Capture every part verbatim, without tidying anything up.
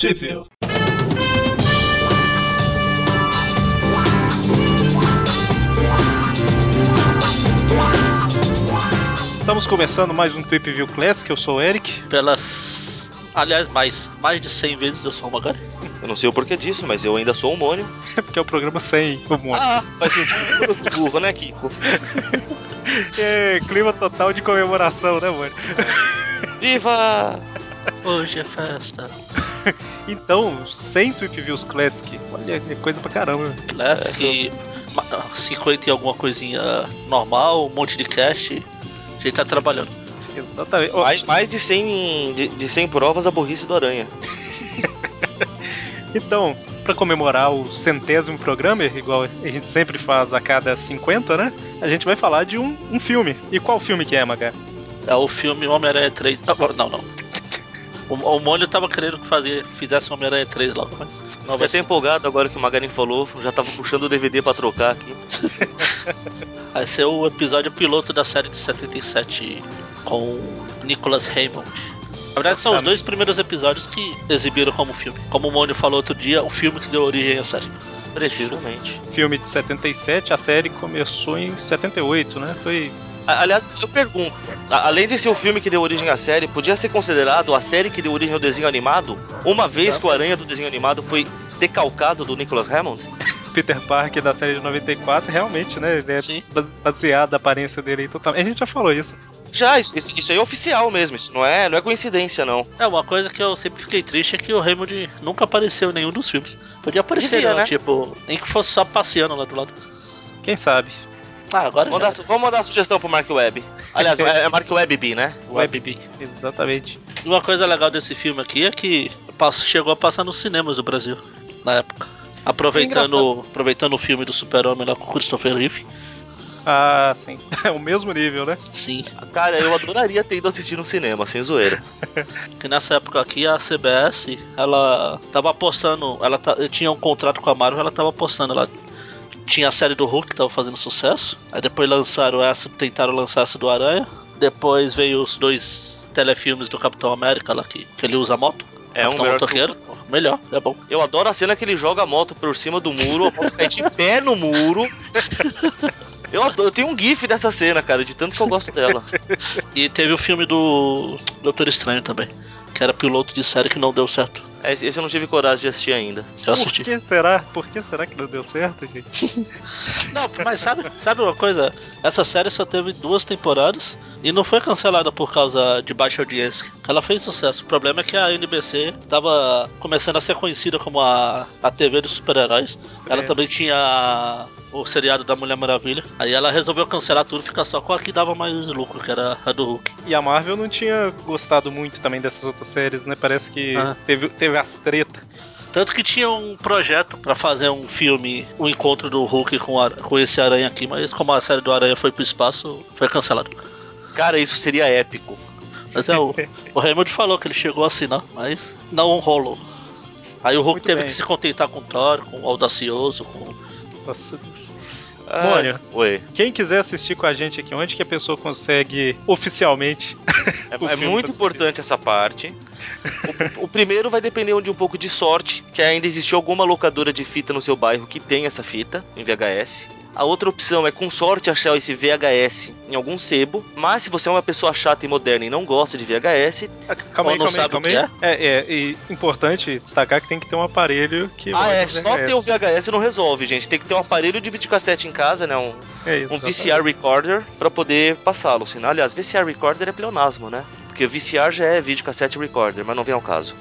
Trip-View. Estamos começando mais um Trip-View Classic, eu sou o Eric. Pelas... Aliás, mais, mais de cem vezes eu sou o Magari. Eu não sei o porquê disso, mas eu ainda sou o Mônio. É porque é o programa sem o Mônio. Ah, faz sentido. Eu sou burro, né, Kiko? É, clima total de comemoração, né, Mônio? Viva! Hoje é festa. Então, cem Trip-Views Classic. Olha, é coisa pra caramba. Classic, é. cinquenta e alguma coisinha normal, um monte de cash. A gente tá trabalhando. Exatamente. Mais, mais de, cem, de, de cem provas a burrice do Aranha. Então, pra comemorar o centésimo programa, igual a gente sempre faz a cada cinquenta, né? A gente vai falar de um, um filme. E qual filme que é, Maga? É o filme Homem-Aranha três. Ah, não, não. O, o Mônio tava querendo que fazia, fizesse Homem-Aranha três logo, mas não Fiquei vai até ser. empolgado agora que o Magarin falou. Já tava puxando o D V D pra trocar aqui. Vai ser o episódio piloto da série de setenta e sete com Nicholas Hammond. Na verdade, são os dois primeiros episódios que exibiram como filme. Como o Mônio falou outro dia, o filme que deu origem à série. Precisamente. Filme de setenta e sete, a série começou em setenta e oito, né? Foi... Aliás, eu pergunto, além de ser o filme que deu origem à série, podia ser considerado a série que deu origem ao desenho animado? Uma vez que o Aranha do desenho animado foi decalcado do Nicholas Hammond? Peter Parker da série de noventa e quatro, realmente, né? Ele é Sim. baseado na aparência dele aí totalmente. A gente já falou isso. Já, isso, isso aí é oficial mesmo, isso não é, não é coincidência, não. É, uma coisa que eu sempre fiquei triste é que o Hammond nunca apareceu em nenhum dos filmes. Podia aparecer, Devia, né? né? Tipo, nem que fosse só passeando lá do lado. Quem sabe? Ah, agora Vamos já. dar, vamos mandar uma sugestão pro Mark Webb. Aliás, é Mark Webb B, né? Web. Exatamente. E uma coisa legal desse filme aqui é que pass- chegou a passar nos cinemas do Brasil, na época. Aproveitando, aproveitando o filme do Super-Homem lá com o Christopher Reeve. Ah, sim. É o mesmo nível, né? Sim. Cara, eu adoraria ter ido assistir no cinema, sem zoeira. Que nessa época aqui a C B S, ela tava apostando, ela ta- tinha um contrato com a Marvel, ela tava apostando, ela tinha a série do Hulk que tava fazendo sucesso, aí depois lançaram essa, tentaram lançar essa do Aranha, depois veio os dois telefilmes do Capitão América lá que, que ele usa a moto. É um Capitão melhor Motoqueiro, melhor, é bom. Eu adoro a cena que ele joga a moto por cima do muro, a moto cai de pé no muro. Eu, adoro, eu tenho um gif dessa cena, cara, de tanto que eu gosto dela. E teve o filme do Doutor Estranho também, que era piloto de série que não deu certo. Esse eu não tive coragem de assistir ainda. Eu assisti. Por que será? Por que será que não deu certo, gente? Não, mas sabe, sabe uma coisa? Essa série só teve duas temporadas e não foi cancelada por causa de baixa audiência. Ela fez sucesso. O problema é que a N B C tava começando a ser conhecida como a, a T V dos super-heróis. Ela É. também tinha o seriado da Mulher Maravilha. Aí ela resolveu cancelar tudo e ficar só com a que dava mais lucro, que era a do Hulk. E a Marvel não tinha gostado muito também dessas outras séries, né? Parece que Ah. teve, teve as tretas. Tanto que tinha um projeto pra fazer um filme, o encontro do Hulk com, a, com esse aranha aqui, mas como a série do Aranha foi pro espaço, foi cancelado. Cara, isso seria épico. Mas é, o, o Raymond falou que ele chegou a assinar, mas não rolou. Aí o Hulk Muito teve bem. que se contentar com o Thor, com o Audacioso, com... Nossa Deus. Ah, Mônio, oi. quem quiser assistir com a gente aqui, onde que a pessoa consegue oficialmente? o É, é filme muito pra assistir? importante essa parte. O, o primeiro vai depender de um pouco de sorte, que ainda existe alguma locadora de fita no seu bairro que tem essa fita em V H S. A outra opção é, com sorte, achar esse V H S em algum sebo. Mas se você é uma pessoa chata e moderna e não gosta de V H S... Ah, calma Ou aí, não calma aí, sabe calma o aí. que É, é, e importante destacar que tem que ter um aparelho que Ah, roda é, o só V H S. ter o V H S não resolve, gente. Tem que ter um aparelho de videocassete em casa, né? Um, É isso, um V C R recorder pra poder passá-lo. Senão, aliás, V C R recorder é pleonasmo, né? Porque V C R já é videocassete recorder, mas não vem ao caso.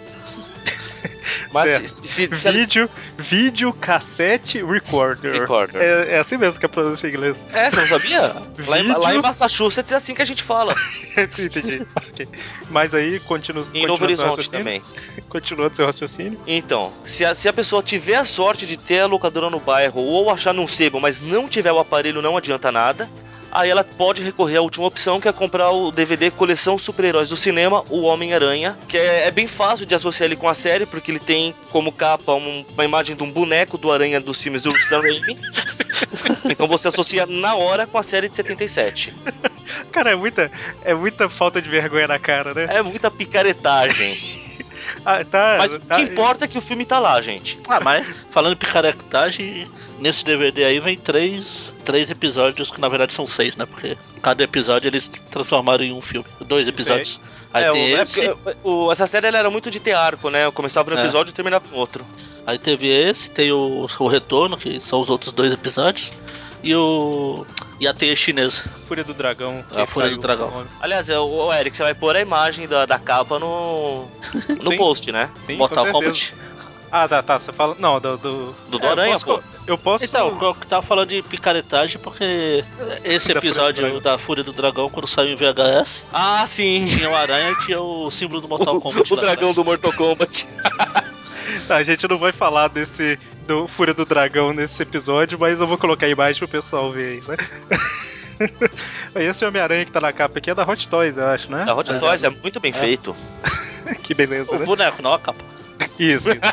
Mas se, se, se vídeo, vídeo cassete recorder. Recorder. É, é assim mesmo que é a pronúncia em inglês. É, você não sabia? Lá em, Vídeo- lá em Massachusetts é assim que a gente fala. Entendi. Ok. Mas aí, continua, Em Novo continuando seu Horizonte raciocínio. também. Continuando seu raciocínio. Então, se a, se a pessoa tiver a sorte de ter a locadora no bairro ou achar num sebo, mas não tiver o aparelho, não adianta nada. Aí ela pode recorrer à última opção, que é comprar o D V D Coleção Super-Heróis do Cinema, o Homem-Aranha, que é, é bem fácil de associar ele com a série, porque ele tem como capa um, uma imagem de um boneco do Aranha dos filmes do Sam Raimi. Então você associa na hora com a série de setenta e sete. Cara, é muita, é muita falta de vergonha na cara, né? É muita picaretagem. Ah, tá, Mas o tá. que importa é que o filme tá lá, gente. Ah, mas falando em picaretagem, nesse D V D aí vem três, três episódios, que na verdade são seis, né? Porque cada episódio eles transformaram em um filme. Dois episódios. Aí é, tem o, é esse. porque, o, essa série ela era muito de ter arco, né? Eu começava no É. episódio e terminava no outro. Aí teve esse, tem o, o Retorno, que são os outros dois episódios. E o. E a teia chinesa. Fúria do Dragão. A Fúria saiu do Dragão. o nome. Aliás, é, o, o Eric, você vai pôr a imagem da, da capa no, no Sim. post, né? Sim, Mortal com certeza. Kombat. Ah, tá, tá. Você fala. Não, do. Do, Do, do É, Aranha, eu posso, pô. Eu posso. Então, eu tava falando de picaretagem porque esse Da Fúria do episódio Dragão. da Fúria do Dragão, quando saiu em V H S, Ah, sim! tinha o Aranha e tinha o símbolo do Mortal O, Kombat o lá dragão atrás. do Mortal Kombat. Tá, a gente não vai falar desse. Do Fúria do Dragão nesse episódio, mas eu vou colocar a imagem pro pessoal ver aí, né? Esse Homem-Aranha que tá na capa aqui é da Hot Toys, eu acho, né? Da Hot Toys é muito bem É. feito. Que beleza, O né? boneco, não a capa. Isso, isso.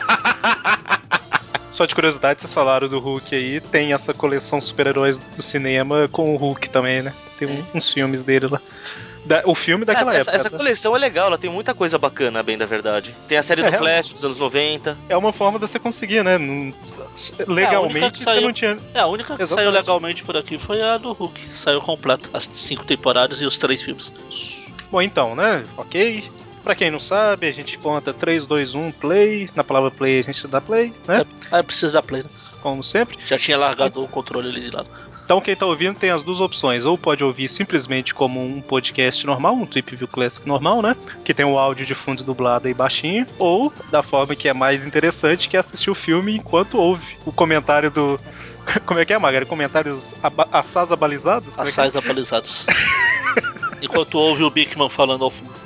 Só de curiosidade, vocês falaram do Hulk aí, tem essa coleção super-heróis do cinema com o Hulk também, né? Tem um- uns filmes dele lá. Da- o filme daquela essa, época. essa né? coleção é legal, ela tem muita coisa bacana, bem da verdade. Tem a série É, do Flash dos anos noventa. É uma forma de você conseguir, né? Não- É, a única legalmente que você saiu- não tinha. É, a única que Exatamente. saiu legalmente por aqui foi a do Hulk. Saiu completa, as cinco temporadas e os três filmes. Bom, então, né? Ok. Pra quem não sabe, a gente conta três, dois, um, play. Na palavra play a gente dá play, né? Aí precisa da play, né? Como sempre. Já tinha largado o controle ali de lado. Então quem tá ouvindo tem as duas opções. Ou pode ouvir simplesmente como um podcast normal, um Trip View Classic normal, né? Que tem o áudio de fundo dublado aí baixinho. Ou da forma que é mais interessante, que é assistir o filme enquanto ouve o comentário do... Como é que é, Magari? Comentários aba- assaz abalizados? Como é que é? Assais abalizados. Enquanto ouve o Bigman falando ao fundo.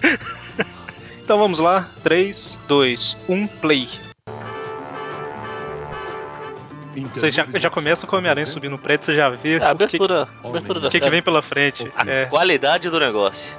Então vamos lá. três, dois, um, play. Você já, já começa com o Homem-Aranha subindo no prédio, você já vê É a o que, abertura, a abertura da o que, que série. vem pela frente. A É. qualidade do negócio.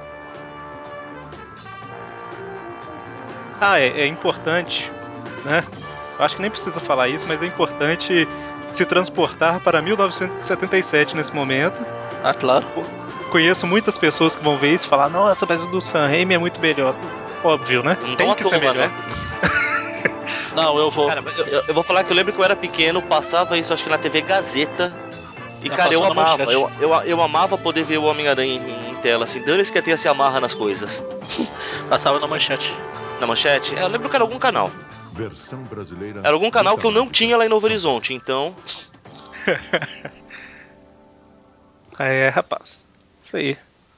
Ah, é, é importante, né? Eu acho que nem precisa falar isso, mas é importante se transportar para mil novecentos e setenta e sete nesse momento. Ah, claro. Conheço muitas pessoas que vão ver isso e falar: nossa, mas o do Sam Raimi é muito melhor. Óbvio, né? Não Tem à que ser toa, melhor. né? Não, eu vou. Cara, eu, eu- eu vou falar que eu lembro que eu era pequeno, passava isso acho que na T V Gazeta. E, Já cara, eu passou na amava. Manchete. Eu, eu, eu amava poder ver o Homem-Aranha em, em tela, assim. Dane-se que a Teia se amarra nas coisas. Passava na manchete. Na manchete? É, eu lembro que era algum canal. Versão brasileira. Era algum canal que eu não tinha lá em Novo Horizonte, então. É, rapaz. Isso aí.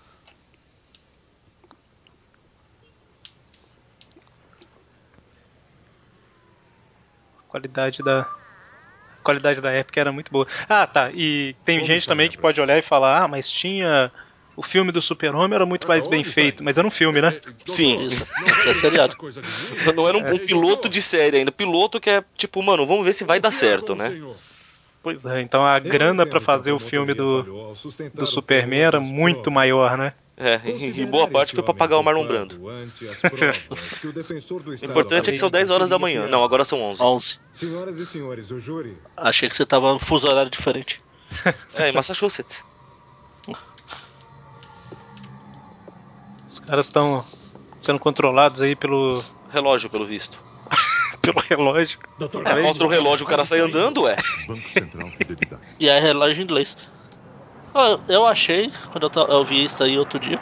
A qualidade da. A qualidade da época era muito boa. Ah, tá. E tem Onde gente está também minha que pode olhar e falar: ah, mas tinha. O filme do Super-Homem era muito mais Onde bem está feito. ele? Mas era um filme, né? Sim. Isso. É seriado. Não era um, um piloto de série ainda. Piloto que é tipo, mano, vamos ver se vai dar certo, né? Pois é. Então a grana pra fazer o filme do, do Superman era muito maior, né? É, e, e boa parte foi pra pagar o Marlon Brando. O importante é que são dez horas da manhã. Não, agora são onze. onze. Senhoras e senhores, o júri. Achei que você tava no fuso horário diferente. É, em Massachusetts. Os caras estão sendo controlados aí pelo, Relógio, pelo visto. pelo relógio. É, mostra o relógio, o cara sai andando, ué. Banco Central Fidelidade. E aí relógio em inglês. Eu, eu achei, quando eu, ta- eu vi isso aí outro dia,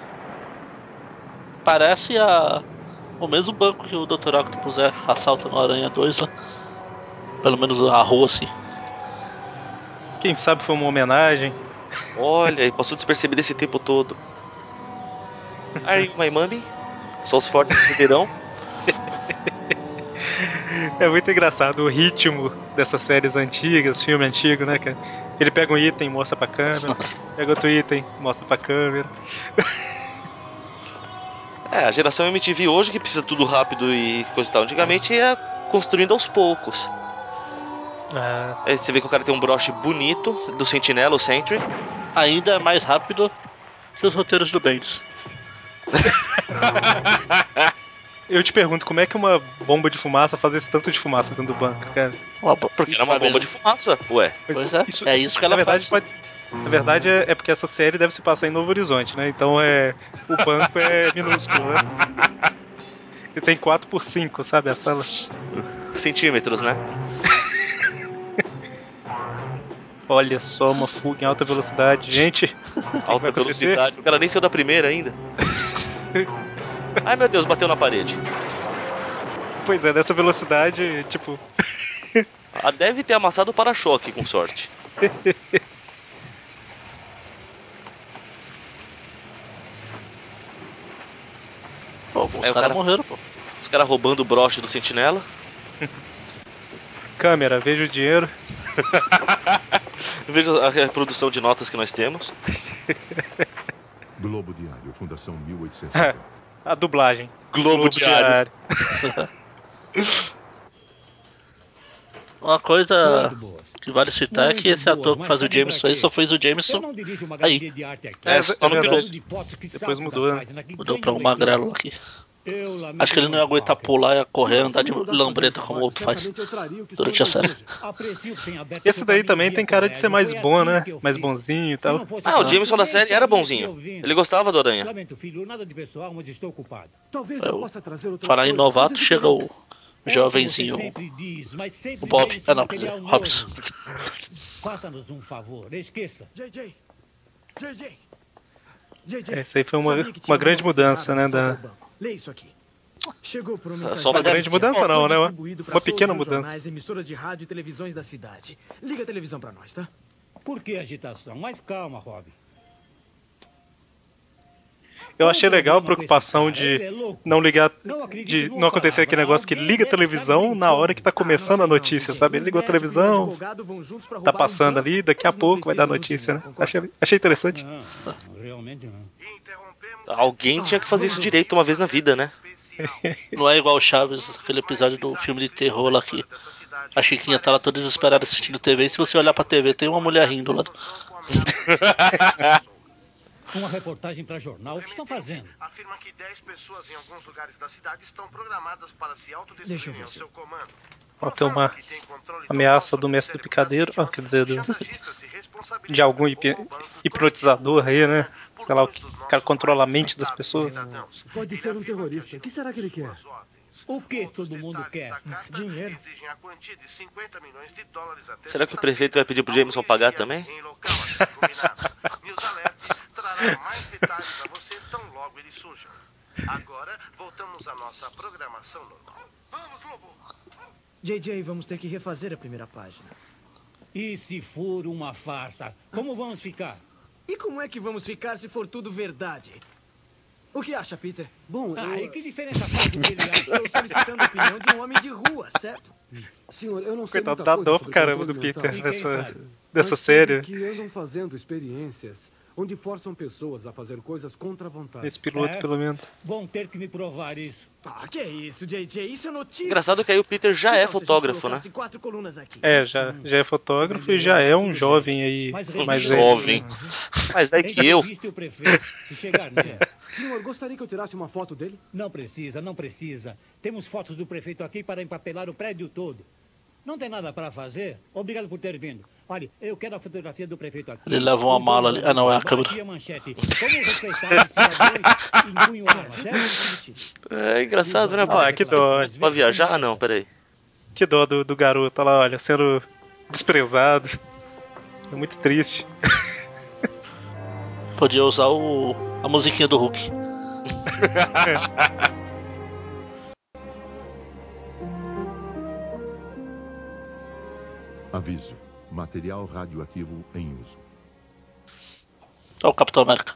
parece a o mesmo banco que o doutor Octopus é, assalta no Aranha dois lá. Pelo menos a rua assim. Quem sabe foi uma homenagem. Olha, e passou despercebido esse tempo todo. Are you my mommy? Só os fortes entenderão. É muito engraçado o ritmo dessas séries antigas, filme antigo, né, cara? Ele pega um item, mostra pra câmera, pega outro item, mostra pra câmera. É, a geração M T V hoje que precisa tudo rápido e coisa e tal. Antigamente ia construindo aos poucos. Ah, Aí você vê que o cara tem um broche bonito do Sentinela, o Sentry. Ainda é mais rápido que os roteiros do Bendis. eu te pergunto, como é que uma bomba de fumaça faz esse tanto de fumaça dentro do banco, cara? Uma bo- Porque era uma bomba de fumaça, ué. Pois é, é isso que ela na verdade, faz. Pode, na verdade, é, é porque essa série deve se passar em Novo Horizonte, né? Então é o banco é minúsculo, né? E tem quatro por cinco, sabe a sala? Centímetros, né? Olha só, uma fuga em alta velocidade. Gente, Alta velocidade. O cara nem saiu da primeira ainda. Ai, meu Deus, bateu na parede. Pois é, nessa velocidade, tipo... Ah, deve ter amassado o para-choque, com sorte. Pô, os Aí o caras cara- morreram, pô. Os caras roubando o broche do sentinela. Câmera, veja o dinheiro. Veja a reprodução de notas que nós temos. Globo Diário, Fundação mil oitocentos e cinquenta. A dublagem. Globo Diário. Uma coisa Muito boa. que vale citar é que esse Muito ator boa, que faz o mas sabem Jameson pra aí quê? só fez o Eu Jameson. não dirijo uma Aí. galeria de arte aqui. É, É, só no é piloto. verdade. De fotos que Depois saltam mudou, da né? página, que Mudou ganham pra um leitura. magrelo aqui. Eu lamento Acho que ele não ia muito, aguentar Parker. pular, ia correr, Se andar de me mudasse pra lambreta fazer como o trabalho, outro faz certamente eu traria o que o durante a senhor série. deseja. Aprecio que tenha aberto Esse seu daí caminho também via tem cara de ser mais colégio. bom, Foi né? assim que eu Mais fiz. bonzinho e Se tal. não fosse Ah, o por Jameson da isso, nem série era estaria bonzinho. aqui ouvindo. Ele gostava do Aranha. Lamento, filho, nada de pessoal, mas estou ocupado. Talvez Eu- eu possa trazer outras Falar em coisas, novato, coisas chega diferentes. o jovenzinho, Você sempre diz, mas sempre o Bob. vem Ah, esse não, quer dizer, material Robson. novo. Faça-nos um favor, esqueça. J J! J J! J J! Essa aí foi uma, Sabia que tinha uma grande alguma coisa mudança, errada né? no assalto Da... ao banco. Lê isso aqui. Chegou por Só mensageiro. uma Uma grande mudança não, né? Uma, Distribuído pra uma todos pequena os mudança. jornais, emissoras de rádio e televisões da cidade. Liga a televisão pra nós, tá? Por que agitação? Mas calma, Rob. Eu achei Qual o legal a problema com esse preocupação cara? de Ele é louco. não ligar, Não acredito de numa não acontecer palavra. aquele negócio que Alguém liga a deve estar televisão na hora que tá começando Ah, a não sei notícia, não, J J. sabe? Ele ligou a Um médico e um televisão, advogado vão juntos pra tá roubar um passando banco. ali, daqui a Eles não pouco vai dar precisam do notícia, né? dinheiro, concorda? Achei, achei interessante. Não, não, realmente não. Alguém tinha que fazer isso direito uma vez na vida, né? Não é igual o Chaves, aquele episódio do filme de terror lá que a Chiquinha tá lá toda desesperada assistindo T V e se você olhar pra T V tem uma mulher rindo lá. Uma reportagem para jornal, o que estão fazendo? Afirma que dez pessoas em alguns lugares da cidade estão programadas para se Deixa eu autodestruírem ver ao se seu comando. Ó, tem uma ameaça do mestre do picadeiro, ó, quer dizer, do, de algum hipi- hipnotizador aí, né? Sei lá, o que- o cara controla a mente das pessoas. Pode ser um terrorista. O que será que ele quer? O que todo mundo quer? Dinheiro. Será que o prefeito vai pedir pro Jameson pagar também? Em local a ser combinado. News Alert trará mais detalhes a você tão logo eles surjam. Agora, voltamos à nossa programação normal. Vamos, Lobo! J J, vamos ter que refazer a primeira página. E se for uma farsa, como vamos ficar? E como é que vamos ficar se for tudo verdade? O que acha, Peter? Bom, Ah, e eu... que diferença faz do que ele acha? Estou solicitando a opinião de um homem de rua, certo? senhor, eu não sei Coitado, muita dá coisa dó sobre pro caramba do controle mental, Peter E quem nessa, sabe? dessa mas série. soube que andam fazendo experiências onde forçam pessoas a fazer coisas contra a vontade. Nesse piloto, É. pelo menos. Vão ter que me provar isso. Ah, que é isso, J J? Isso é notícia. Engraçado que aí o Peter já Que é tal se a gente fotógrafo, né? colocasse quatro colunas aqui? É, já, já é fotógrafo e já é um jovem aí, Mas mais respeita- velho. Jovem. Mais velho que eu. Entreviste o prefeito. Se chegar nele. Senhor, gostaria que eu tirasse uma foto dele? Não precisa, não precisa. Temos fotos do prefeito aqui para empapelar o prédio todo. Não tem nada para fazer? Obrigado por ter vindo. Olha, eu quero a fotografia do prefeito aqui. Ele leva uma Os mala dois ali. Ah, não, é a bancos, câmera. aqui a manchete. Como respeitar os cidadãos em punho arma, certo? É engraçado, né? Ah, que dó. Pra viajar? Ah, não, peraí. Que dó do, do garoto, olha lá, olha, sendo desprezado. É muito triste. Podia usar o, a musiquinha do Hulk. Aviso. Material radioativo em uso. Olha o Capitão América.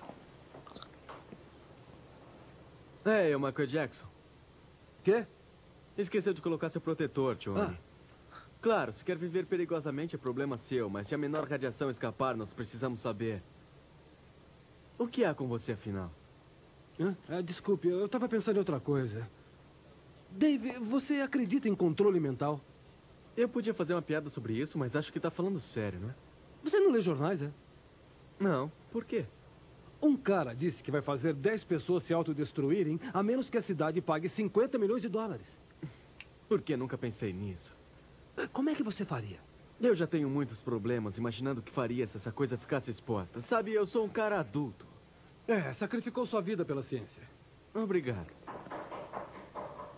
É, é o Michael Jackson. Quê? Esqueceu de colocar seu protetor, Tony. Ah. Claro, se quer viver perigosamente é problema seu, mas se a menor radiação escapar, nós precisamos saber. O que há com você, afinal? Hã? Ah, desculpe, eu estava pensando em outra coisa. Dave, você acredita em controle mental? Eu podia fazer uma piada sobre isso, mas acho que tá falando sério, não é? Você não lê jornais, é? Não, por quê? Um cara disse que vai fazer dez pessoas se autodestruírem a menos que a cidade pague cinquenta milhões de dólares. Por que nunca pensei nisso? Como é que você faria? Eu já tenho muitos problemas imaginando o que faria se essa coisa ficasse exposta. Sabe, eu sou um cara adulto. É, sacrificou sua vida pela ciência. Obrigado.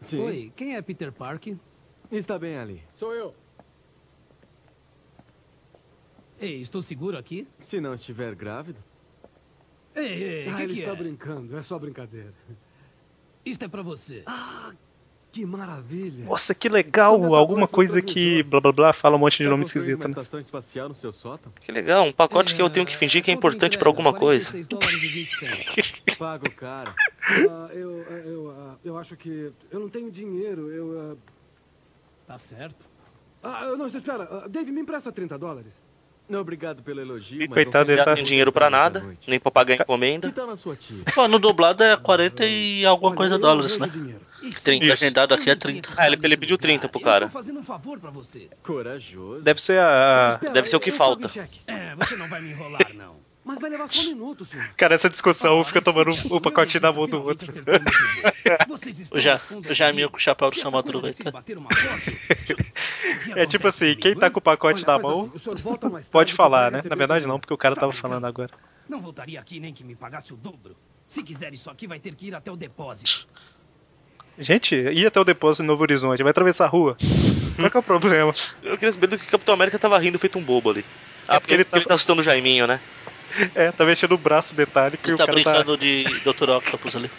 Sim. Oi, quem é Peter Park? Está bem ali. Sou eu. Ei, estou seguro aqui? Se não estiver grávido. Ei, ei, ah, que ele que está é? brincando, é só brincadeira. Isto é pra você. Ah, que maravilha. Nossa, que legal! Alguma coisa que blá blá blá fala um monte de Tá nome construindo esquisito, uma né? estação espacial no seu sótão? Que legal, um pacote É, que eu tenho que fingir que é conta importante entrega, pra alguma quarenta e coisa. seis dólares e vinte centavos. Pago caro. Ah, eu, ah, eu, ah, eu acho que eu não tenho dinheiro, eu... ah, Tá certo. Ah, eu- não, espera. Ah, Dave, me empresta trinta dólares. Não, obrigado pelo elogio, mas Coitado, não ele Tá tá- sem dinheiro pra nada, nem pra pagar Que encomenda. tal na sua tia? Pô, no dublado é quarenta e alguma Olha, coisa eu dólares, arranjo né? dinheiro. trinta. Isso. Legendado aqui é Eu não tinha trinta. que Ah, ele- estar ele nesse pediu trinta lugar. pro Eu cara. estou fazendo um favor pra vocês. Corajoso. Deve ser a. a- Espera, deve ser o que eu falta. pago em cheque. É, você não vai me enrolar, não. Mas vai levar só um minuto, senhor. Cara, essa discussão Ora, fica tomando escute, o meu pacotinho da mão dentista do outro. finalmente acertou meu pivô. Vocês estão O, ja, aos fundos o Jaiminho do com o chapéu do Se seu essa coisa Madruga aí, decide tá? bater uma foto, o que É tipo acontece assim, comigo, quem tá hein? com o pacote Olha, na faz mão assim, o senhor volta mais tarde pode que eu falar, quero né? receber Na o verdade dinheiro. não, porque o cara Está tava brincando? falando agora. Não voltaria aqui nem que me pagasse o dobro. Se quiser isso aqui, vai ter que ir até o depósito. Gente, ia até o depósito em Novo Horizonte, vai atravessar a rua. Qual que é o problema? Eu queria saber do que o Capitão América tava rindo feito um bobo ali. Ah, É porque ele porque ele tá assustando o Jaiminho, né? É, tá mexendo o braço metálico e Ele o tá cara brincando de doutor Octopus ali.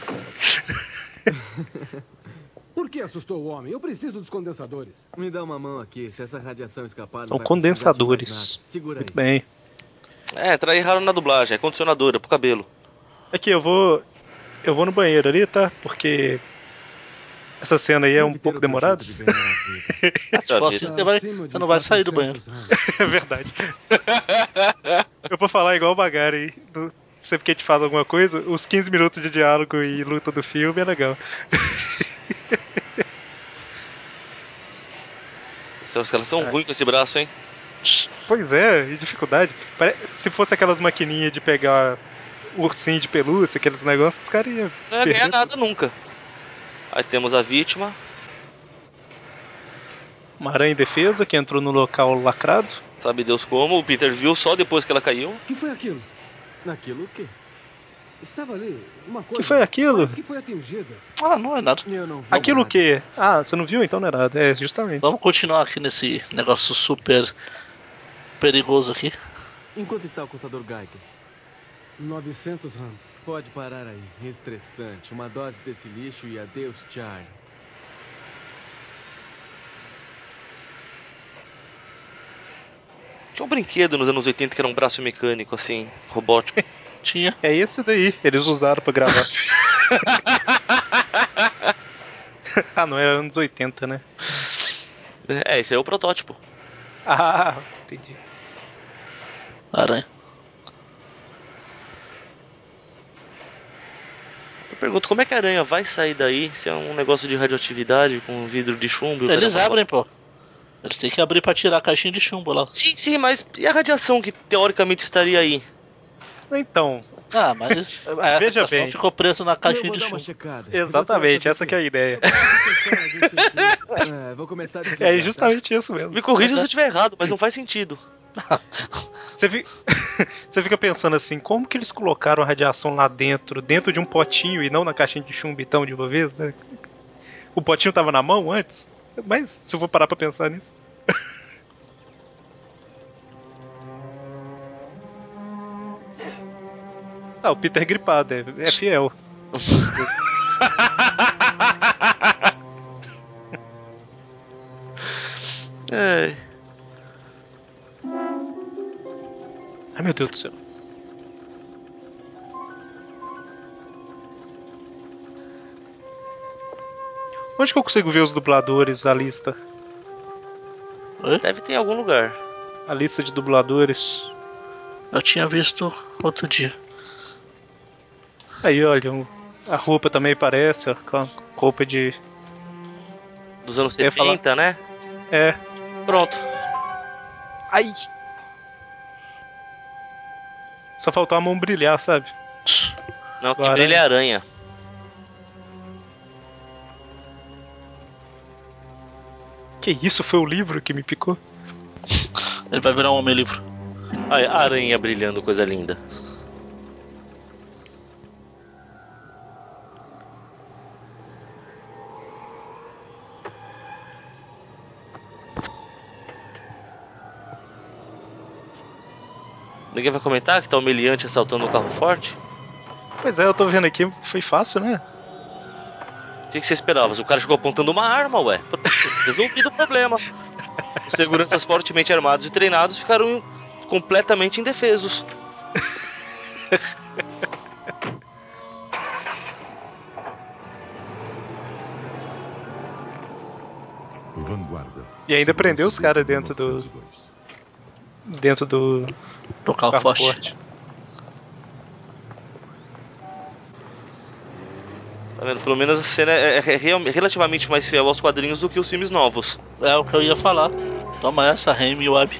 Por que assustou o homem? Eu preciso dos condensadores. Me dá uma mão aqui, se essa radiação escapar, não São vai precisar de mais condensadores. nada. Segura aí. Muito bem. É, traí erraram na dublagem, é condicionadora pro cabelo. Aqui, eu vou. Eu vou no banheiro ali, tá? Porque essa cena aí é um Deve ter pouco outro demorada. jeito de ganhar a vida. Se for assim, você, vai, Acima de você não vai sair do banheiro. quatrocentos ramos. É verdade. Eu vou falar igual o Magari aí. do- Sempre que a gente faz alguma coisa, os quinze minutos de diálogo e luta do filme é legal. Os caras são ruins com esse braço, hein? Pois é, e dificuldade. Pare- Se fosse aquelas maquininhas de pegar ursinho de pelúcia, aqueles negócios, os caras iam Não ia ganhar perder nada nunca. Aí temos a vítima. uma aranha indefesa que entrou no local lacrado. Sabe Deus como, o Peter viu só depois que ela caiu. O que foi aquilo? Naquilo o quê? Estava ali, uma coisa. Que foi aquilo? Parece que foi atingida. Ah, não é nada. Eu não vi Aquilo o nada. quê? Ah, você não viu? Então não é nada. É, justamente. Vamos continuar aqui nesse negócio super perigoso aqui. Enquanto está o contador Geiger? novecentos ramos. Pode parar aí. Estressante. Uma dose desse lixo e adeus, Charlie. Tinha um brinquedo nos anos oitenta que era um braço mecânico, assim, robótico. Tinha. É esse daí. Eles usaram pra gravar. Ah, não é anos oitenta, né? É, esse é o protótipo. Ah, entendi. Aranha. Eu pergunto, como é que a aranha vai sair daí se é um negócio de radioatividade com vidro de chumbo? e o Eles caramba? abrem, pô. Eles têm que abrir pra tirar a caixinha de chumbo lá. Sim, sim, mas e a radiação que teoricamente estaria aí? Então, Ah, mas a Veja radiação bem. ficou preso na Eu caixinha vou de dar uma chumbo. checada. exatamente, Você vai fazer essa o que é a quê? ideia. É, vou começar a É desligar, tá? justamente isso mesmo. Me corrija se eu estiver errado, mas não faz sentido. Você fica... Você fica pensando assim, como que eles colocaram a radiação lá dentro, dentro de um potinho e não na caixinha de chumbo então de uma vez, né? O potinho tava na mão antes? Mas se eu vou parar pra pensar nisso. Ah, o Peter gripado, é, é fiel. É. Ai meu Deus do céu. Onde que eu consigo ver os dubladores, a lista? Oi? Deve ter em algum lugar. A lista de dubladores. Eu tinha visto outro dia. Aí, olha, um- a roupa também parece, ó, com a roupa de... Dos anos Eu ia falar- setenta, né? É. Pronto. Ai! Só faltou a mão brilhar, sabe? Não, quem Agora- brilha é a aranha. Que isso, foi o livro que me picou? Ele vai virar um homem-livro. Ai, a aranha brilhando, coisa linda. Ninguém vai comentar que tá humilhante assaltando um carro forte? Pois é, eu tô vendo aqui, foi fácil, né? O que, que você esperava? O cara chegou apontando uma arma, ué. Resolvido o problema. Os seguranças fortemente armados e treinados ficaram completamente indefesos. Vanguarda. E ainda Segurança prendeu os caras desde dentro do. mil novecentos e dois. Dentro do. Do carro, carro forte. forte. Tá vendo? Pelo menos a cena é, é real- relativamente mais fiel aos quadrinhos do que os filmes novos. É o que eu ia falar. Toma essa, Raimi Web.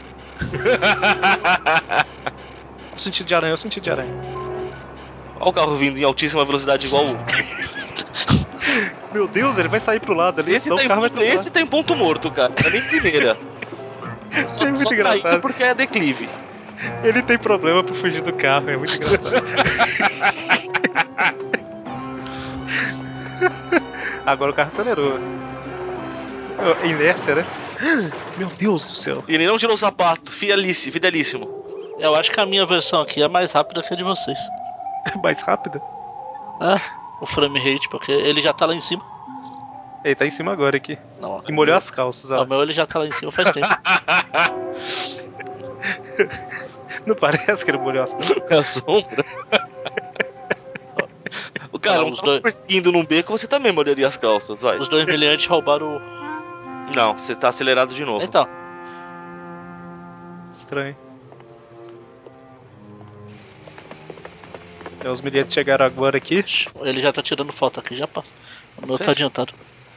O sentido de aranha é o sentido de aranha. Olha o carro vindo em altíssima velocidade igual o... Meu Deus, ele vai sair pro lado ali. Esse, então tem, o carro vai atropelar. esse tem ponto morto, cara. Não é nem primeira. Só, É muito só engraçado. caindo porque é declive. Ele tem problema pra fugir do carro, é muito engraçado. Agora o carro acelerou. É inércia, né? Meu Deus do céu. E ele não tirou o sapato. Fidelíssimo. fidelíssimo. Eu acho que a minha versão aqui é mais rápida que a de vocês. Mais rápida? É, o frame rate, porque ele já tá lá em cima. Ele tá em cima agora aqui. Não, E molhou meu- as calças, O ó. meu ele já tá lá em cima faz tempo. Não parece que ele molhou as calças? É a sombra. O cara, Ah, um os carro dois- perseguindo num beco, você também molharia as calças, vai. Os dois miliantes roubaram o... Não, você tá acelerado de novo. Então, Estranho. É, os milhares chegaram agora aqui. ele já tá tirando foto aqui, já passa. O meu tá Fecha. adiantado.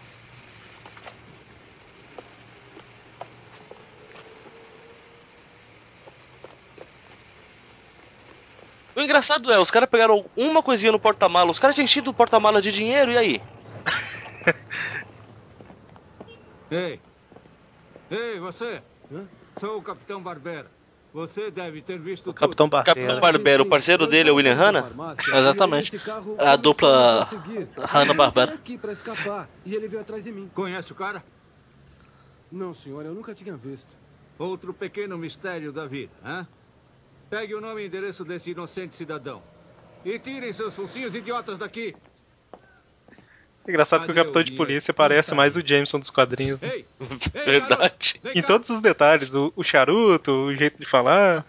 O engraçado é, os caras pegaram uma coisinha no porta-mala, os caras tinham enchido o porta-mala de dinheiro, e aí? Ei! Ei, você! Sou o Capitão Barbera. Você deve ter visto O Capitão tudo. Capitão Barbera. Barbero, o parceiro dele é o William Hanna? Exatamente. É a dupla Hanna-Barbera. aqui pra escapar e ele veio atrás de mim. Conhece o cara? Não, senhor, eu nunca tinha visto. Outro pequeno mistério da vida, hã? Pegue o nome e endereço desse inocente cidadão. E tirem seus focinhos idiotas daqui. Engraçado que o Cadê capitão o de dinheiro? polícia Onde parece está mais ele? o Jameson dos quadrinhos. Né? Ei! Ei, Verdade. garoto, vem Em cá. todos os detalhes, o, o charuto, o jeito de falar.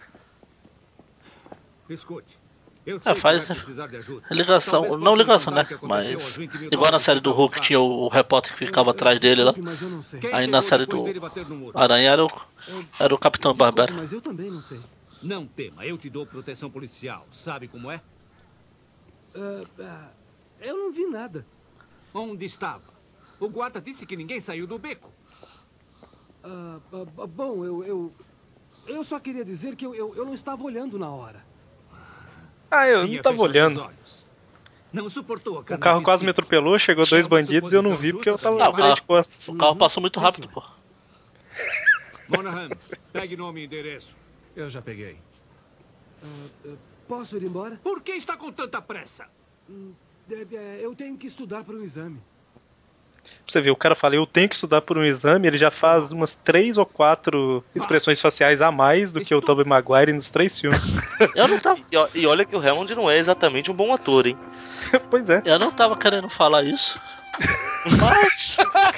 Escute. Eu sei Ah, faz que vai precisar de ajuda. ligação, Talvez não possa ligação, contar né? o que aconteceu aos Mas vinte mil igual na dólares série que do tá Hulk contado. tinha o repórter que ficava atrás dele lá. Mas eu não sei. Quem Aí na pegou série depois do dele bater no muro? Aranha era o, era o Capitão Desculpe, Barbera. mas eu também não sei. Não tema, eu te dou proteção policial. Sabe como é? Ah, ah, eu não vi nada. Onde estava? O guarda disse que ninguém saiu do beco. Ah, ah, bom, eu, eu. Eu só queria dizer que eu, eu, eu não estava olhando na hora. Ah, eu Tinha não tava fechado olhando. os olhos. Não suportou a O carne carro de quase me espinhos. atropelou, chegou dois É uma bandidos e eu não vi suposição porque eu justa, tava Não, virei ah, de costas. O carro passou muito Sim, rápido, senhor. pô. Monahan, pegue nome e endereço. Eu já peguei. Ah, ah, posso ir embora? Por que está com tanta pressa? Hum, é, é, eu tenho que estudar para um exame. Pra você ver, o cara fala, eu tenho que estudar por um exame, ele já faz umas três ou quatro expressões faciais a mais do que o Tobey Maguire nos três filmes. Eu não tava, E, ó- e olha que o Hammond não é exatamente um bom ator, hein? Pois é. eu não tava querendo falar isso. Mas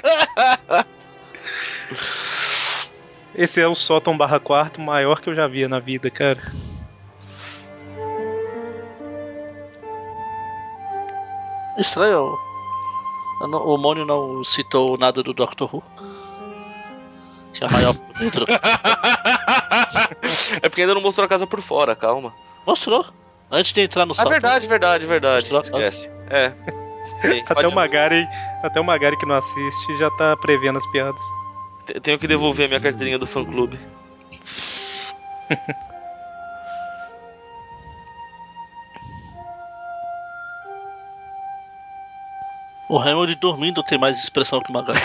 Esse é o sótão barra quarto maior que eu já via na vida, cara. estranho. eu não- O Mônio não citou nada do Doctor Who. Que é a maior dentro. É porque ainda não mostrou a casa por fora, calma. Mostrou. Antes de entrar no Ah, sótão. verdade, verdade, verdade. Mostrou a casa. Esquece. É. Ei, Até pode- o Magari, até o Magari que não assiste já tá prevendo as piadas. te- Tenho que devolver minha carteirinha do fã-clube. O Hammond dormindo tem mais expressão que o Magari.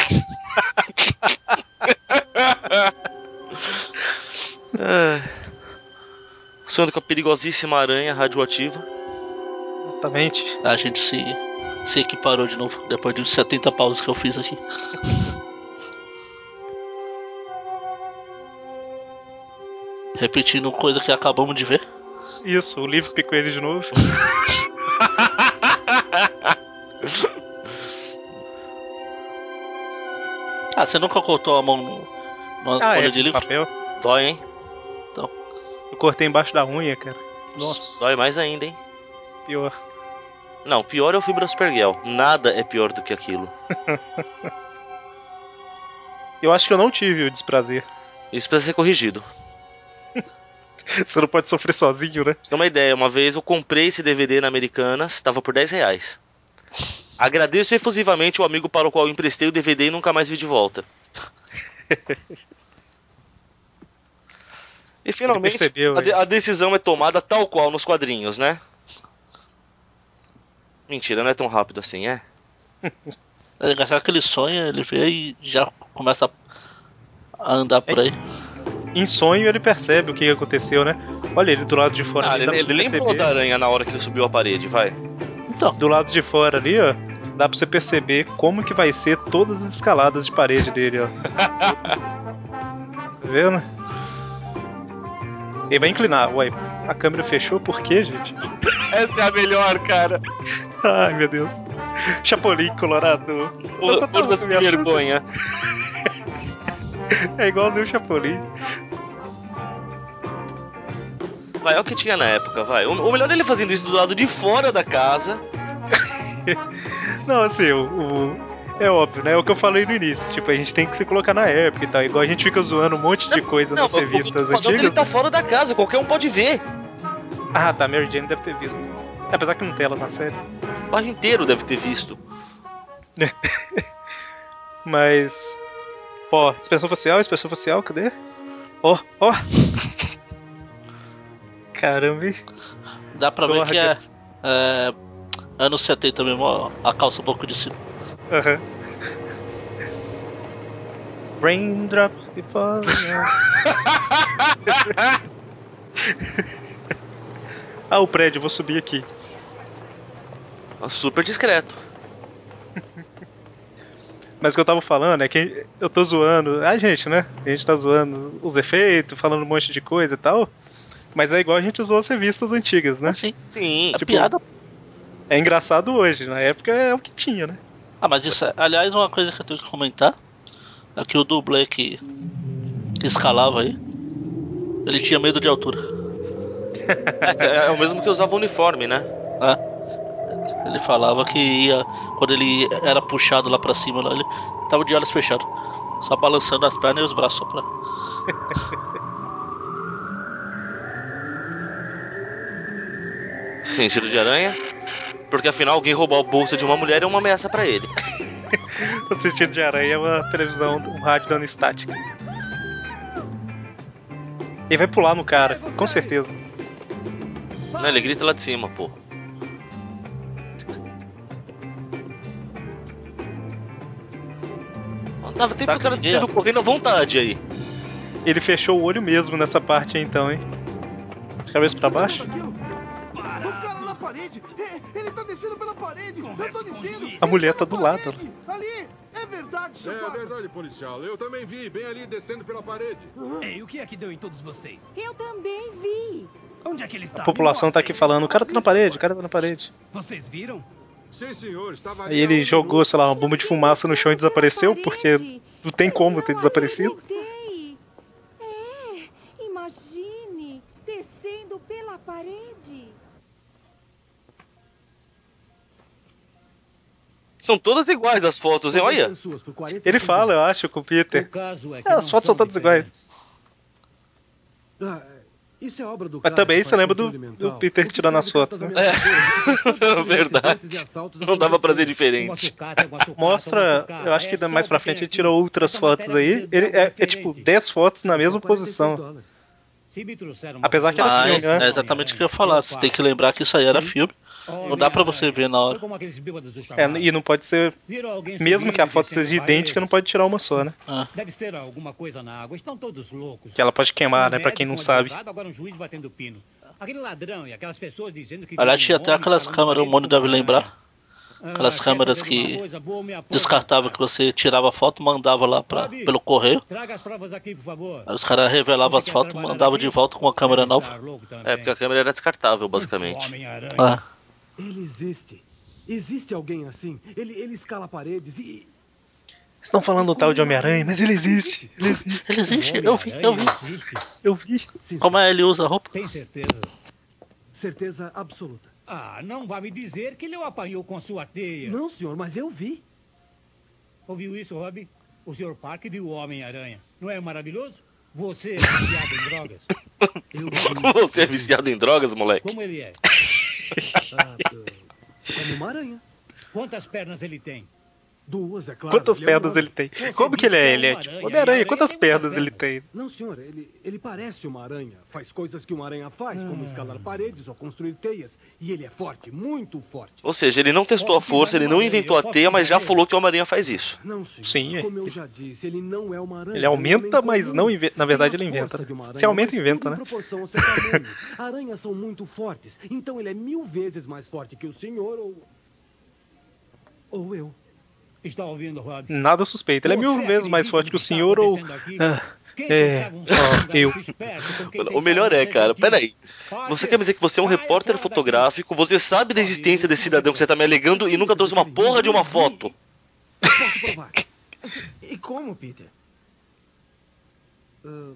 É. Sonhando com a perigosíssima aranha radioativa. Exatamente. A gente se, se equiparou de novo depois de uns setenta pausas que eu fiz aqui. Repetindo coisa que acabamos de ver. Isso, o livro picou ele de novo. Ah, você nunca cortou a mão no, numa Ah, folha é, de livro? papel. Dói, hein? Então, Eu cortei embaixo da unha, cara. Nossa, Dói mais ainda, hein? pior. Não, pior é o Fibrospergel. Nada é pior do que aquilo. Eu acho que eu não tive o desprazer. Isso precisa ser corrigido. Você não pode sofrer sozinho, né? Pra você ter uma ideia, uma vez eu comprei esse D V D na Americanas, tava por dez reais. Agradeço efusivamente o amigo para o qual eu emprestei o D V D e nunca mais vi de volta. E finalmente percebeu, a, de- hein? a decisão é tomada tal qual nos quadrinhos, né? Mentira, não é tão rápido assim, é? é engraçado que ele sonha, ele vê e já começa a andar por aí. Em sonho ele percebe o que aconteceu, né? Olha ele do lado de fora Ah, ali, dá ele, pra ele você lembrou da perceber. aranha na hora que ele subiu a parede, vai. Então, Do lado de fora ali, ó, dá pra você perceber como que vai ser todas as escaladas de parede dele, ó. Tá vendo? Ele vai inclinar. Ué, a câmera fechou por quê, gente? Essa é a melhor, cara. Ai, meu Deus. Chapolin colorado. Foda-se de vergonha. É igualzinho o Chapolin. Vai, é o que tinha na época, vai. O, o melhor é ele fazendo isso do lado de fora da casa. Não, assim, o, o- é óbvio, né? É o que eu falei no início. Tipo, a gente tem que se colocar na época e tal. Igual a gente fica zoando um monte de coisa nas eu- eu tô revistas falando, antigas. ele tá fora da casa, qualquer um pode ver. Ah, tá, Mary Jane deve ter visto. Apesar que não tem ela na série. O bairro inteiro deve ter visto. Mas. Ó, expressão facial, expressão facial, cadê? Ó, ó! Caramba, hein? dá pra ver que é, Dorgas. é anos setenta mesmo, ó, a calça um pouco de cima. Aham. Raindrop e fall. Ah, o prédio, eu vou subir aqui. Super discreto. Mas o que eu tava falando é que eu tô zoando. A gente, né? A gente tá zoando os efeitos, falando um monte de coisa e tal. Mas é igual a gente usou as revistas antigas, né? Assim, Sim. é Tipo, piada. É engraçado hoje, na época é o que tinha, né? Ah, mas isso, é- aliás, uma coisa que eu tenho que comentar é que o dublê que, que escalava aí, ele tinha medo de altura. É, é o mesmo que usava o uniforme, né? É. Ele falava que ia, quando ele era puxado lá pra cima, lá, ele tava de olhos fechados, só balançando as pernas e os braços só pra. Sim, tiro de aranha. Porque afinal, alguém roubar a bolsa de uma mulher é uma ameaça pra ele. O sentido de aranha é uma televisão, um rádio dando estática. Ele vai pular no cara, com certeza. Não, ele grita lá de cima, pô. Dava tempo do cara descendo correndo à vontade aí. Ele fechou o olho mesmo nessa parte aí, então, hein? De cabeça pra baixo. O cara na parede! É, ele tá descendo pela parede! Eu tô dizendo! A mulher tá do lado. Ali! É verdade, seu É guarda. verdade, policial. Eu também vi, bem ali, descendo pela parede. Ei, o que é que deu em todos vocês? Eu também vi. Onde é que ele está? A população tá aqui falando, o cara tá na parede, o cara tá na parede. Vocês viram? Sim, senhor, estava Aí ele jogou, sei lá, uma bomba de fumaça no chão e desapareceu, porque não tem como ter desaparecido. Acreditei. É, imagine descendo pela parede. São todas iguais as fotos, hein? Olha. Ele fala, eu acho, com o Peter. O caso é que É, as não fotos são são todas iguais. Ah, isso é obra do Mas cara também que você faz lembra do, controle do mental. Peter O que tirando as escreve fotos, né? cartas É, verdade. Não dava pra ser diferente. Mostra, eu acho que É mais só pra porque frente ele aqui tirou outras essa fotos matéria aí. precisa de Ele algo é, é diferente. tipo dez fotos na mesma quarenta e seis posição. dólares. Se me trouxeram uma Apesar que era foto, filme, Mas né? é exatamente o que eu ia falar. Você tem que lembrar que isso aí era filme. Não dá pra você ver na hora. Foi como aqueles bêbados do É, chamado. e não pode ser. Viram alguém Mesmo que a subindo e foto descendo seja paredes? idêntica, não pode tirar uma só, né? Deve ter alguma coisa na água. Estão todos loucos. Que ela pode queimar, Um né? Pra quem não médico, um sabe. advogado, agora um juiz batendo pino. Aquele ladrão e aquelas pessoas dizendo que... Aliás, viram tinha um até homem aquelas escalando câmeras, o parede mundo com deve uma lembrar. aranha. Aquelas câmeras que descartável que você tirava foto, mandava lá pra, pelo correio. Traga as provas aqui, por favor. Aí os caras revelavam as fotos, mandavam de volta com uma câmera nova. É, porque a câmera era descartável, basicamente. Ah. Ele existe. Existe alguém assim. Ele, ele escala paredes e... Estão falando do tal de Homem-Aranha, mas ele existe. Ele existe. Ele existe, eu vi, eu vi. Eu vi. Como é ele usa a roupa? Tem certeza? Certeza absoluta. Ah, não vá me dizer que ele o apanhou com sua teia. Não, senhor, mas eu vi. Ouviu isso, Rob? O senhor Parker viu o Homem-Aranha. Não é maravilhoso? Você é viciado em drogas. Eu vi. Você é viciado em drogas, moleque? Como ele é? Ah, como uma aranha. Quantas pernas ele tem? Duas, é claro. Quantas Ele pernas é um... ele tem? Como que ele é? Ele é tipo Homem-Aranha. Quantas pernas ele tem? Não, senhor, ele, ele parece uma aranha. Faz coisas que uma aranha faz, como Hum. escalar paredes ou construir teias. E ele é forte, muito forte. Ou seja, ele não testou a força, ele não inventou a teia, mas já falou que o Homem-Aranha faz isso. Não, senhor. Sim, é. Como eu já disse, ele não é uma aranha. Ele aumenta, é um mas não inventa. Na verdade, ele Tem a inventa. força de uma aranha, Se aumenta, mas inventa, tudo né? em proporção ao seu tamanho. Aranhas são muito fortes, então ele é mil vezes mais forte que o senhor ou... Ou eu. Está ouvindo, Rob? Nada suspeito. Ele é mil vezes mais forte que o senhor ou... Ah, é... Ó, eu. O melhor é, cara, peraí. Você quer me dizer que você é um repórter fotográfico, você sabe da existência desse cidadão que você tá me alegando e nunca trouxe uma porra de uma foto? Posso provar? E como, Peter? Ah,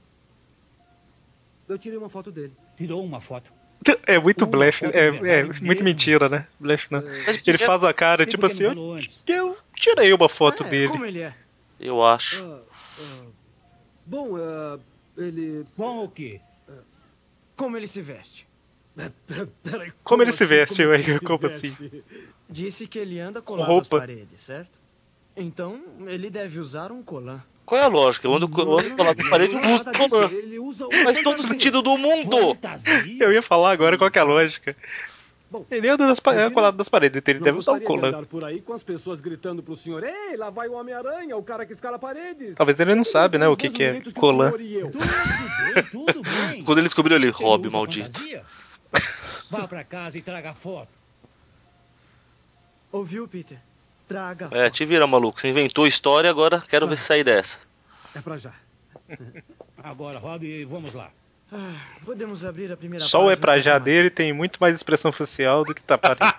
eu tirei uma foto dele. Tirou uma foto. É muito Uma blefe, foto é, de é verdade muito mesmo. mentira, né? Blefe não. Você Ele tiver- faz a cara, Sei tipo porque assim, não eu, falou antes. eu tirei uma foto É, dele. Como ele é? Eu acho. Ah, ah, bom, ah, ele... Bom o quê? Como ele se veste? Peraí, Como ele se assim? veste, Como ué? ele se Como veste? assim? Disse que ele anda colado Roupa. às paredes, certo? Então, ele deve usar um colã. Qual é a lógica? Eu ando, eu ando colado na parede e Não, uso nada disso, colã. ele usa um Faz todo o sentido do mundo! Fantasia? Eu ia falar agora qual que é a lógica. Bom, Ele anda nas pa- é colado nas paredes, então ele não deve usar um gostaria de colã. andar por aí com as pessoas gritando pro senhor: ei, lá vai o Homem-Aranha, o cara que escala paredes. Talvez ele não sabe, né, o que, que é colã. Tudo bem, tudo bem. Quando ele descobriu ali, Você Rob, usa maldito. fantasia? Vá pra casa e traga a foto. Ouviu, Peter? Traga. É, te vira, maluco. Você inventou história, agora quero ver se sair dessa. É pra já. Agora, Rob, vamos lá. Ah, podemos abrir a primeira Só o é página pra dessa já matéria. dele tem muito mais expressão facial do que tá parecendo.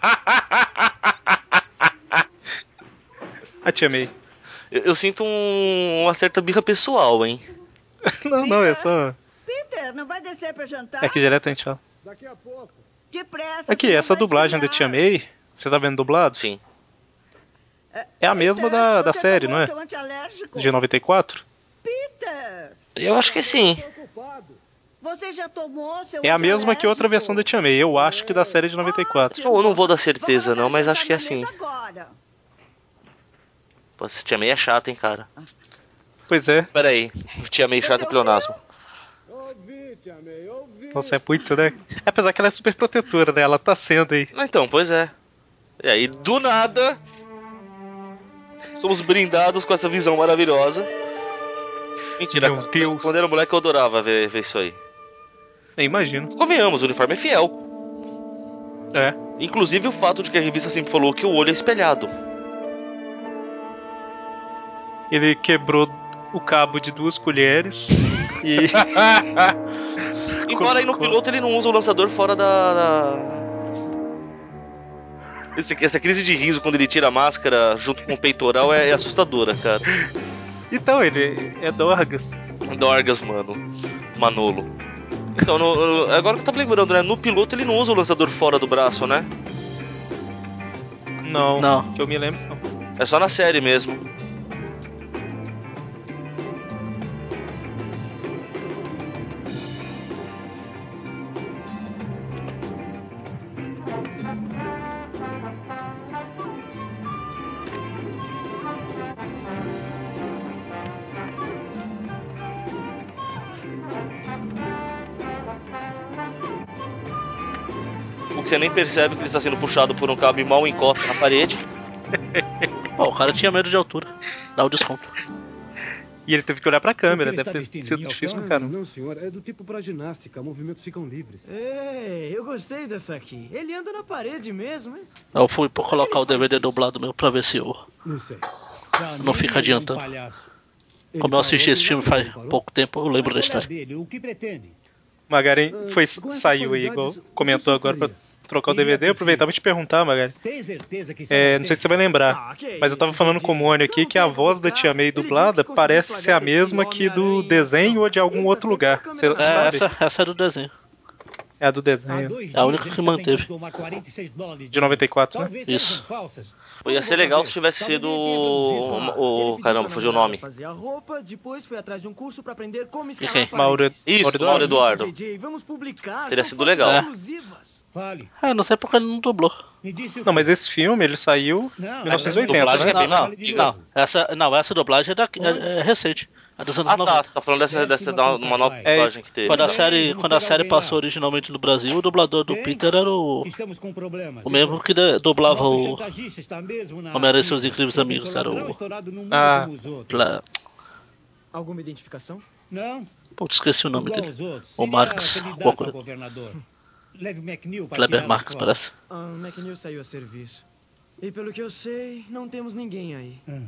Ah, te amei. Eu, eu sinto um- uma certa birra pessoal, hein? Não, não, é só. Peter, não vai descer pra jantar? É que direto a gente fala. Daqui a pouco. Depressa. Aqui, senão essa vai dublagem de esfriar. Te Amei, você tá vendo dublado? Sim. É a mesma Peter, da, da você série, tomou não é? seu antialérgico? De noventa e quatro? Peter, Eu acho que sim. você já tomou seu É a mesma que outra antialérgico? versão de Te Amei. Eu acho que da série de noventa e quatro. Eu não vou dar certeza, Vamos não, mas jantar acho que é na assim. mesa agora. Pô, esse Tia May é chato, hein, cara. Pois é. Pera aí. Tia May chato é pleonasmo. Ouvi, Tia May, ouvi. Nossa, é muito, né? Apesar que ela é super protetora, né? Ela tá sendo aí. Então, pois é. E aí, do nada, somos brindados com essa visão maravilhosa. Mentira, Meu Deus. quando era moleque eu adorava ver, ver isso aí. Eu imagino. Convenhamos, o uniforme é fiel. É. Inclusive o fato de que a revista sempre falou que o olho é espelhado. Ele quebrou o cabo de duas colheres e. Embora aí no piloto ele não usa o lançador fora da... da... Esse, essa crise de riso quando ele tira a máscara junto com o peitoral é, é assustadora, cara. Então, ele é Dorgas. Dorgas, mano. Manolo. Então, no, no, agora que eu tava lembrando, né? No piloto ele não usa o lançador fora do braço, né? Não, Não. que eu me lembro. Não. É só na série mesmo. O que você nem percebe que ele está sendo puxado por um cabo e mal encosta na parede. Pô, o cara tinha medo de altura. Dá o desconto. E ele teve que olhar pra câmera, O que ele deve está ter vestindo, sido minhoca? difícil pra Ah, caramba. não, senhor. É do tipo pra ginástica. Movimentos ficam livres. Ei, eu gostei dessa aqui. Ele anda na parede mesmo, hein? Eu fui pra colocar o D V D dublado meu pra ver se eu Não sei. não fica adiantando. Como eu assisti esse filme faz pouco tempo, eu lembro da história. Dele, o que pretende? Magaren foi, com essas saiu aí, igual qualidades, comentou o que agora pra faria? trocar o D V D. Eu aproveitava te perguntar, Magaren. Tem certeza que É, não sei se você vai lembrar, Ah, que mas eu tava isso, falando com o Didi. Mônio aqui Não que a tem voz como da Tia May buscar. Ele dublada disse que parece conseguiu ser a flagar esse mesma que do Homem-Aranha em desenho ação. ou de algum Ele tá outro sempre lugar. com a Você câmera na É, sabe? essa, essa é do desenho. É a do desenho. É a única que manteve. De noventa e quatro, né? Isso. Pô, ia ser legal se tivesse sido o... o caramba, fugiu o nome. Fazer a roupa, depois foi atrás de um curso pra aprender como quem? escalar Mauro, paredes. Isso, Mauro Eduardo. J J, vamos publicar. Teria são sido fotos legal. É. exclusivas. Fale. Ah, não sei porque ele não dublou. Me disse o Não, quê? mas esse filme, ele saiu em Não, mil novecentos e essa oitenta, dublagem né? é bem Não, mais não, antiga. não, essa, não, essa dublagem é, da, é, é recente. É dos anos Ah tá, noventa. você tá falando dessa, dessa da, uma nova É dublagem isso. que teve. Quando a Bem, série, vamos quando a ter série alguém passou lá. originalmente no Brasil, o dublador do Bem, Peter era o, Estamos com problemas. o mesmo que de- dublava Nosso o chantagista está mesmo na Homem-Aranha e ativa. seus Incríveis Professor Amigos, era Ladrão o... estourado no mundo Ah. como os outros. Lá, Alguma identificação? Não, putz, esqueci o nome igual dele. aos outros. O Seria Marx, candidato alguma a coisa. governador. Leve McNeil para Kleber tirar Marx, as fotos. parece. Ah, o McNeil saiu a serviço. E pelo que eu sei, não temos ninguém aí. Hum.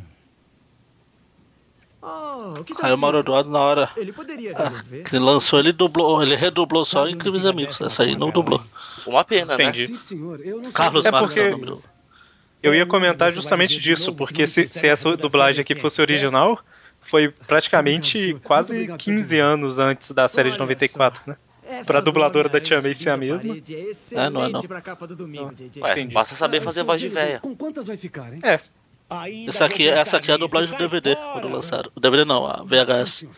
Oh, que tal Aí o Mauro Peter? Eduardo, na hora Ele poderia ah, vir ver. que lançou, ele dublou, ele redublou só Sabe em onde Incríveis fica a Amigos. décima Essa aí não quarta dublou. aranha? Uma pena, né? Entendi. Sim, senhor. Eu não Carlos sei É Marx porque- é o nome do... Eu ia É, comentar você vai justamente dizer de disso, novo que porque não se, quis se essa fazer da dublagem série aqui fosse certo? original, foi praticamente Obrigado, senhor. quase Muito obrigado, quinze senhor. anos antes da série de Olha noventa e só. quatro, né? Essa Pra do dubladora da Homem-Aranha Tia May ser a subindo mesma. parede É É, excelente não é não. pra capa do domingo, J J. Ué, Entendi. basta saber fazer voz de véia. Com quantas vai ficar, hein? É, Ainda Essa aqui, vou pensar essa aqui é a nisso. dublagem do Sai D V D, fora. quando lançaram. O D V D não, a V H S.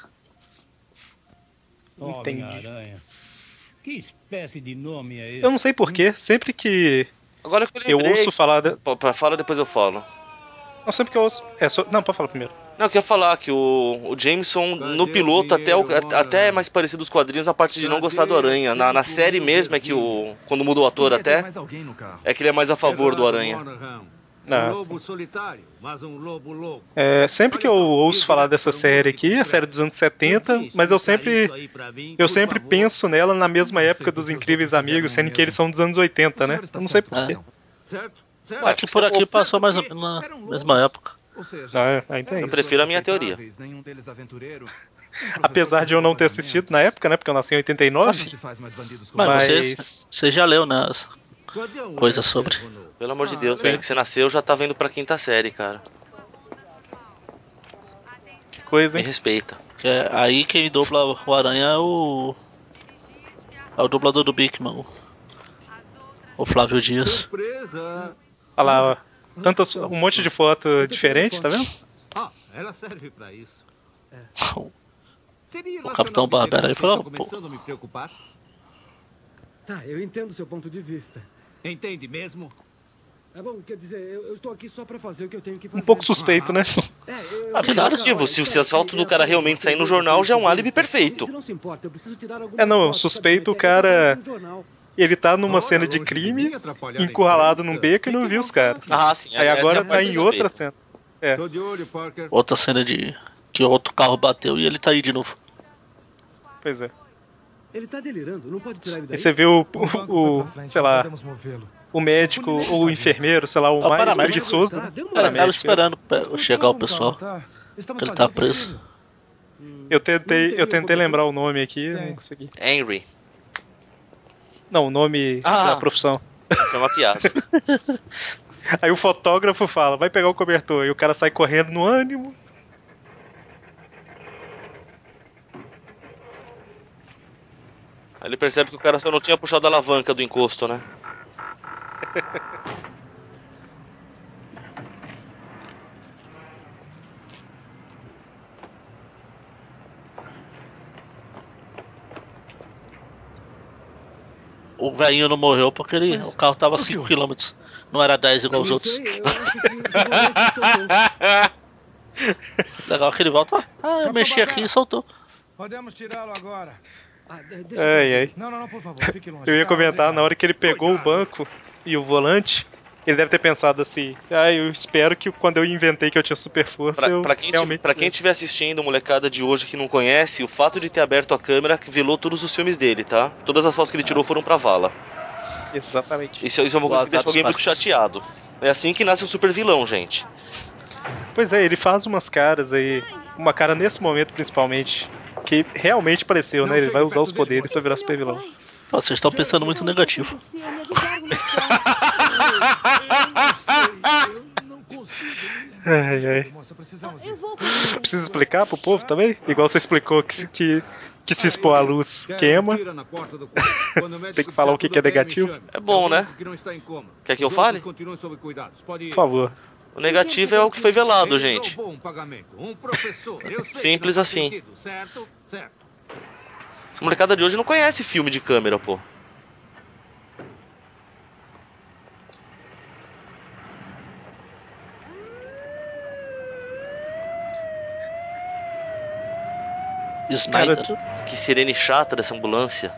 Entendi. Homem-Aranha. Que espécie de nome é esse? eu não sei porquê, sempre que Agora que eu eu lembrei... ouço falar... De... Pô, pô, fala, depois eu falo. Não, sempre que eu ouço... É, só... Não, pode falar primeiro. Não, eu queria falar que o, o Jameson, no piloto, até, o, até é mais parecido dos quadrinhos na parte de não gostar do Aranha. Na, na série mesmo é que o... Quando muda o ator até, é que ele é mais a favor do Aranha. Ah, Um sim. lobo solitário, mas um lobo louco. É, sempre que eu ouço falar dessa série aqui, a série dos anos setenta, mas eu sempre eu sempre penso nela na mesma época dos Incríveis Amigos, sendo que eles são dos anos oitenta, né? Eu não sei porquê. Certo? Certo? Ué, que por aqui passou mais ou menos na mesma época. Ou seja, Ah, é, ainda é Eu isso. prefiro a minha teoria. nenhum deles aventureiro. Apesar de eu não ter assistido na época, né? Porque eu nasci em oitenta e nove. Assim. Faz mais bandidos como Mas Mas- você, você já leu, né? As Cadê o coisas Ed sobre. Servono? Pelo amor de Deus, velho, que você nasceu já tá vendo pra quinta série, cara. Que coisa, Me hein? respeita. Que é, aí quem dubla o Aranha é o. É o dublador do Bigman, o, o Flávio Dias. Surpresa! Olha lá, ó. Tantas, um monte de foto diferente, tá vendo? Ah, ela serve pra isso. Seria O Capitão Barbera aí falou, Estou pô. começando a me preocupar. Tá, eu entendo o seu ponto de vista. Entende mesmo? É bom, quer dizer, eu, eu estou aqui só pra fazer o que eu tenho que fazer. Um pouco suspeito, né? É, eu, Ah, que narrativo. Se, se as fotos do cara realmente saírem no jornal, já é um álibi perfeito. Se não se importa, eu preciso tirar algumas É, não, eu fotos, suspeito sabe? o cara... Eu tô no jornal. Ele tá numa Olha, cena de longe crime, mim atrapalhar a encurralado imprensa. num beco e não Fique viu à os caras. Ah, sim. Aí essa agora é a tá parte em suspeita. outra cena. É. Tô de olho, Parker. Outra cena de. Que outro carro bateu e ele tá aí de novo. Pois é. Ele tá delirando, não pode tirar ele daí. Aí você vê o, O banco o, foi o pra frente, sei não lá, podemos movê-lo. o médico ou o enfermeiro, sei lá, o É o mais paramédico. preguiçoso. né? Dê uma Ele tava Paramédico. esperando pe- chegar o pessoal. Tá. Estamos Que ele tá fazendo o preso. possível. Eu tentei, eu tentei cobertor? lembrar o nome aqui, Tem. não consegui. Henry. Não, o nome Ah. da profissão. Foi uma piada. Aí o fotógrafo fala, vai pegar o cobertor, e o cara sai correndo no ânimo. Aí ele percebe que o cara só não tinha puxado a alavanca do encosto, né? O velhinho não morreu porque ele, o carro tava cinco quilômetros. Não era dez igual os Eu outros. sei, eu acho que o volante estourou. Legal que ele volta. Ah, eu mexi aqui e soltou. Podemos tirá-lo agora. Ah, de- deixa eu Ai, fazer. ai. Não, não, não, por favor, fique longe. Eu ia Calma, comentar, obrigado. na hora que ele pegou o Cuidado. banco e o volante, Ele deve ter pensado assim, ah, eu espero que quando eu inventei que eu tinha super força, Pra, eu pra quem realmente... pra quem estiver assistindo, molecada de hoje que não conhece, o fato de ter aberto a câmera velou todos os filmes dele, tá? Todas as fotos que ele tirou foram pra vala. Exatamente. Isso, isso é uma coisa que deixa alguém muito chateado. É assim que nasce um super vilão, gente. Pois é, ele faz umas caras aí, uma cara nesse momento principalmente, que realmente pareceu, né? Ele vai usar os poderes pra virar super vilão. Pô, vocês estão pensando muito negativo. Ai, ai. Precisa explicar pro povo também? Igual você explicou que, se- que, que se expor à luz queima. Tem que falar o que, que é negativo. É bom, né? Quer que eu fale? Por favor. O negativo é o que foi velado, gente. Simples assim. Essa molecada de hoje não conhece filme de câmera, pô. Snyder. Que sirene chata dessa ambulância.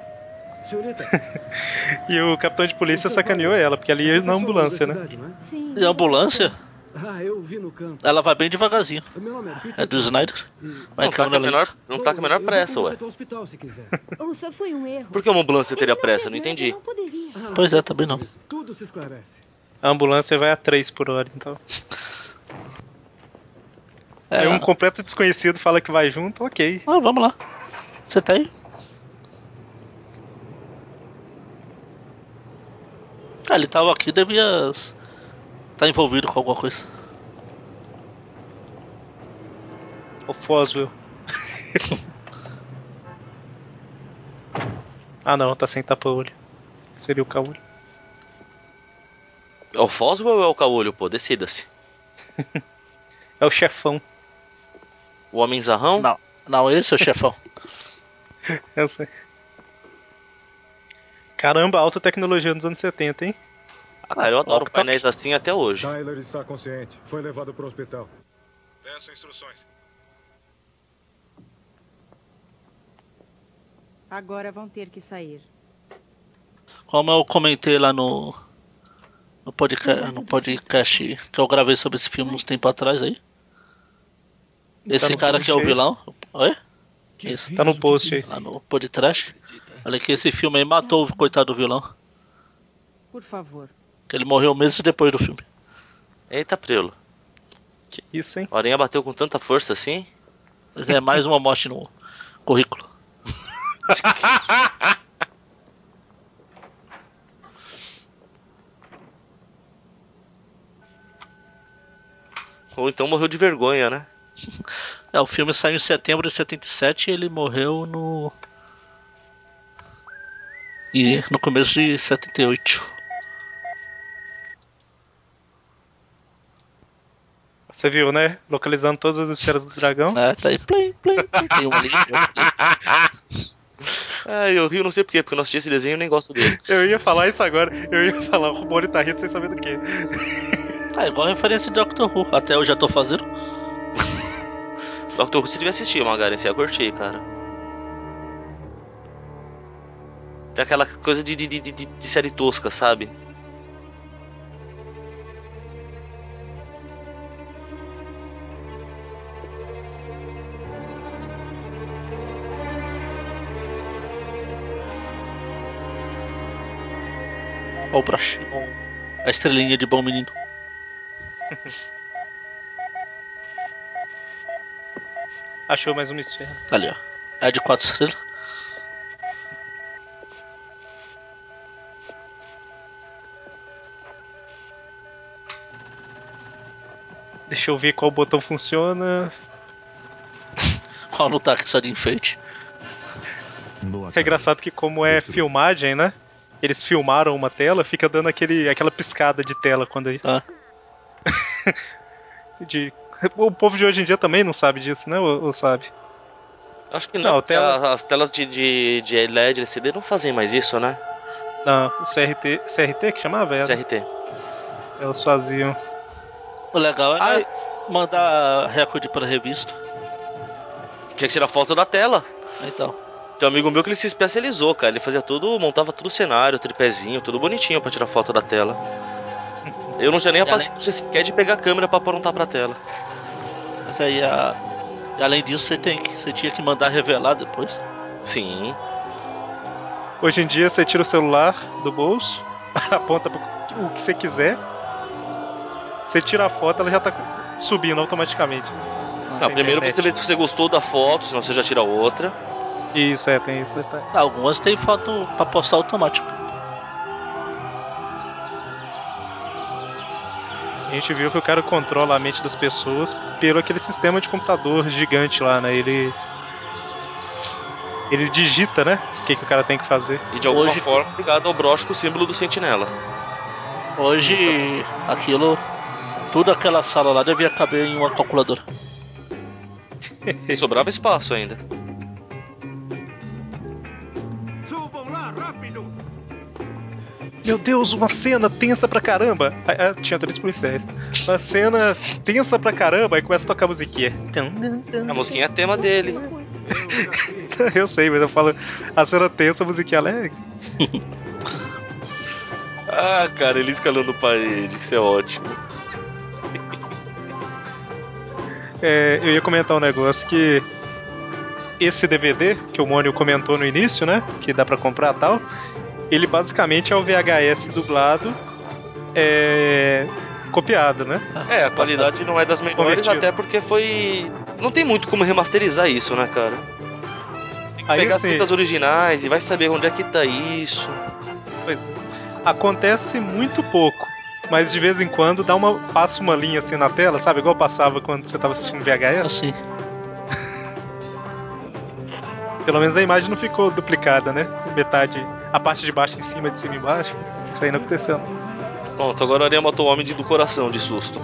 E o capitão de polícia sacaneou ela, porque ali ia na ambulância, né? E a ambulância? Ah, eu vi no campo. Ela vai bem devagarzinho. Meu nome é Peter. É do Snyder? Vai Não tá, com a menor, não tá com a menor pressa, ué. Hospital, se quiser. Ouça, foi um erro. Por que uma ambulância teria pressa? Não entendi. Pois é, também não. Tudo se esclarece. A ambulância vai a três por hora, então. É. Aí um completo desconhecido fala que vai junto, ok. Ah, vamos lá. Você tá aí? Ah, ele tava aqui, devia estar envolvido com alguma coisa. O Foswell. Ah não, tá sem tapa-olho. Seria o caolho. É o Foswell ou é o Caolho, pô? Decida-se. É o chefão. O Homem Zarrão? Não, não, esse é o chefão. Eu sei. Caramba, alta tecnologia nos anos setenta, hein? Ah, cara, eu adoro painéis assim até hoje. Tyler está consciente. Foi levado para o hospital. Peço instruções. Agora vão ter que sair. Como eu comentei lá no no podcast, no podcast que eu gravei sobre esse filme uns tempos atrás aí. Esse no cara post que é o aí. vilão. Oi? Isso. Tá no post aí. Lá no podcast. Olha que esse filme aí matou o coitado do vilão. Por favor. Que ele morreu meses depois do filme. Eita, prelo. Que isso, hein? A Aranha bateu com tanta força assim? Mas é mais uma morte no currículo. Ou então morreu de vergonha, né? É, o filme saiu em setembro de setenta e sete e ele morreu no. E no começo de setenta e oito. Você viu, né? Localizando todas as esferas do dragão. É, tá aí. Plim, plim, plim. Tem uma ali. Ah, eu rio não sei porquê, porque eu não assisti esse desenho e nem gosto dele. Eu ia falar isso agora. Eu ia falar, o Romone tá rindo sem saber do que. Ah, igual referência de Doctor Who. Até eu já tô fazendo. Doctor Who, se tiver assistido, Magaren, você ia curtir, cara. Tem aquela coisa de, de, de, de, de série tosca, sabe? Ó o broche. A estrelinha de bom menino. Achou mais uma esfera. Tá ali, ó. É de quatro estrelas. Deixa eu ver qual botão funciona. Qual não tá aqui só de enfeite? É engraçado que como é filmagem, né? Eles filmaram uma tela, fica dando aquele, aquela piscada de tela quando aí. Ah. de... O povo de hoje em dia também não sabe disso, né? Ou, ou sabe? Acho que não, Não, porque tela- a- as telas de, de, de L E D, L C D não fazem mais isso, né? Não, o C R T, C R T que chamava? Era? C R T. Elas faziam. O legal é Ai. mandar recorde pra revista. Tinha que tirar foto da tela. Então. Tem um amigo meu que ele se especializou, cara. Ele fazia tudo, montava tudo o cenário, tripézinho, tudo bonitinho pra tirar foto da tela. Eu não tinha nem a E além- paciência sequer de pegar a câmera pra apontar pra tela. Mas aí, a... e além disso, você, tem que... você tinha que mandar revelar depois. Sim. Hoje em dia você tira o celular do bolso, aponta pro o que você quiser, você tira a foto, ela já tá subindo automaticamente. Não, primeiro você vê se você gostou da foto, senão você já tira outra. Isso, é, tem esse detalhe. Algumas tem foto pra postar automático. A gente viu que o cara controla a mente das pessoas pelo aquele sistema de computador gigante lá, né? Ele. Ele digita, né? O que, que o cara tem que fazer. E de alguma Hoje- forma ligado ao broche com o símbolo do sentinela. Hoje, aquilo... Toda aquela sala lá devia caber em uma calculadora. E sobrava espaço ainda. Subam lá, rápido! Meu Deus, uma cena tensa pra caramba. Ah, ah, tinha três policiais. Uma cena tensa pra caramba, aí começa a tocar a musiquinha. A musiquinha é tema dele. Eu sei, mas eu falo a cena tensa, a musiquinha alegre. Ah, cara, ele escalando parede, isso é ótimo. É, eu ia comentar um negócio que esse D V D que o Mônio comentou no início, né? Que dá pra comprar e tal. Ele basicamente é o V H S dublado, é, copiado, né? É, a qualidade não é das melhores, Convertido. até porque foi. Não tem muito como remasterizar isso, né, cara? Você tem que Aí, pegar assim- as fitas originais e vai saber onde é que tá isso. Pois é. Acontece muito pouco, mas de vez em quando dá uma, passa uma linha assim na tela, sabe? Igual passava quando você tava assistindo V H S. Assim. Pelo menos a imagem não ficou duplicada, né? Metade, a parte de baixo em cima, de cima embaixo. Isso aí não aconteceu. Não. Pronto, agora a Aranha matou o homem de- do coração de susto.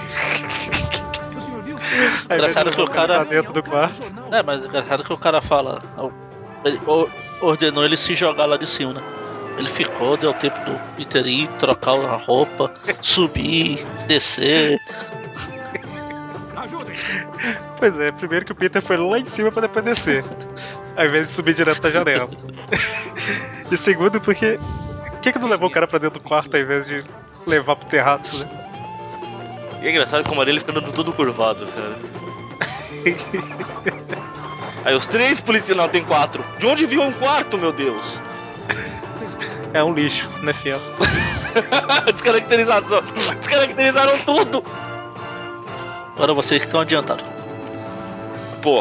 Aí Engraçado vai que o deslocar cara- pra dentro do quarto. É, mas é engraçado que o cara fala. Ele or- ordenou ele se jogar lá de cima, né? Ele ficou, deu tempo do Peter ir, trocar a roupa, subir, descer. Pois é, primeiro que o Peter foi lá em cima pra depois descer, ao invés de subir direto da janela. E segundo, porque. Por que, que não levou o cara pra dentro do quarto ao invés de levar pro terraço, né? E é engraçado como a Aranha fica andando todo curvado, cara. Aí os três policiais. Não, tem quatro. De onde viu um quarto, meu Deus? É um lixo, né, fiel? Descaracterização. Descaracterizaram tudo. Agora vocês que estão adiantados. Pô,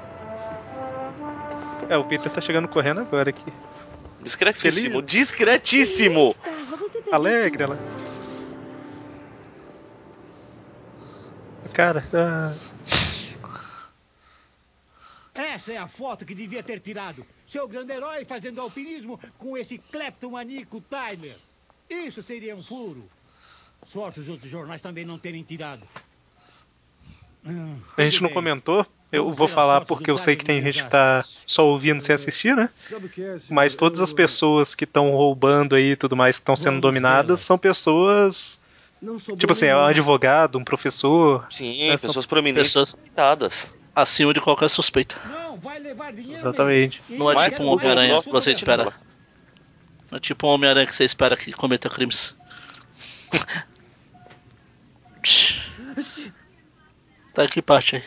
É, o Peter tá chegando correndo agora aqui. discretíssimo. Feliz? Discretíssimo. Alegre, ela. Cara, ah, Essa é a foto que devia ter tirado. Seu grande herói fazendo alpinismo com esse cleptomaníaco Tyler. Isso seria um furo. Sorte os outros jornais também não terem tirado. Ah, a gente tudo não bem. comentou. Eu Vamos vou ver a falar foto porque do eu sei que tem Tyler gente que no tá só ouvindo sem assistir, né? Sabe o que é, senhor? Mas todas as Eu- pessoas que estão roubando aí e tudo mais, que estão sendo Vamos dominadas, vê-la. são pessoas. Não sobrou Tipo assim, é um nenhum. advogado, um professor. Sim, né, são- pessoas prominentes Pessoas- citadas. Acima de qualquer suspeita. Não, vai levar dinheiro. Exatamente. Não é Mais tipo um povo Homem-Aranha no que você sentinela. espera. Não é tipo um Homem-Aranha que você espera que cometa crimes. Tá, que parte aí?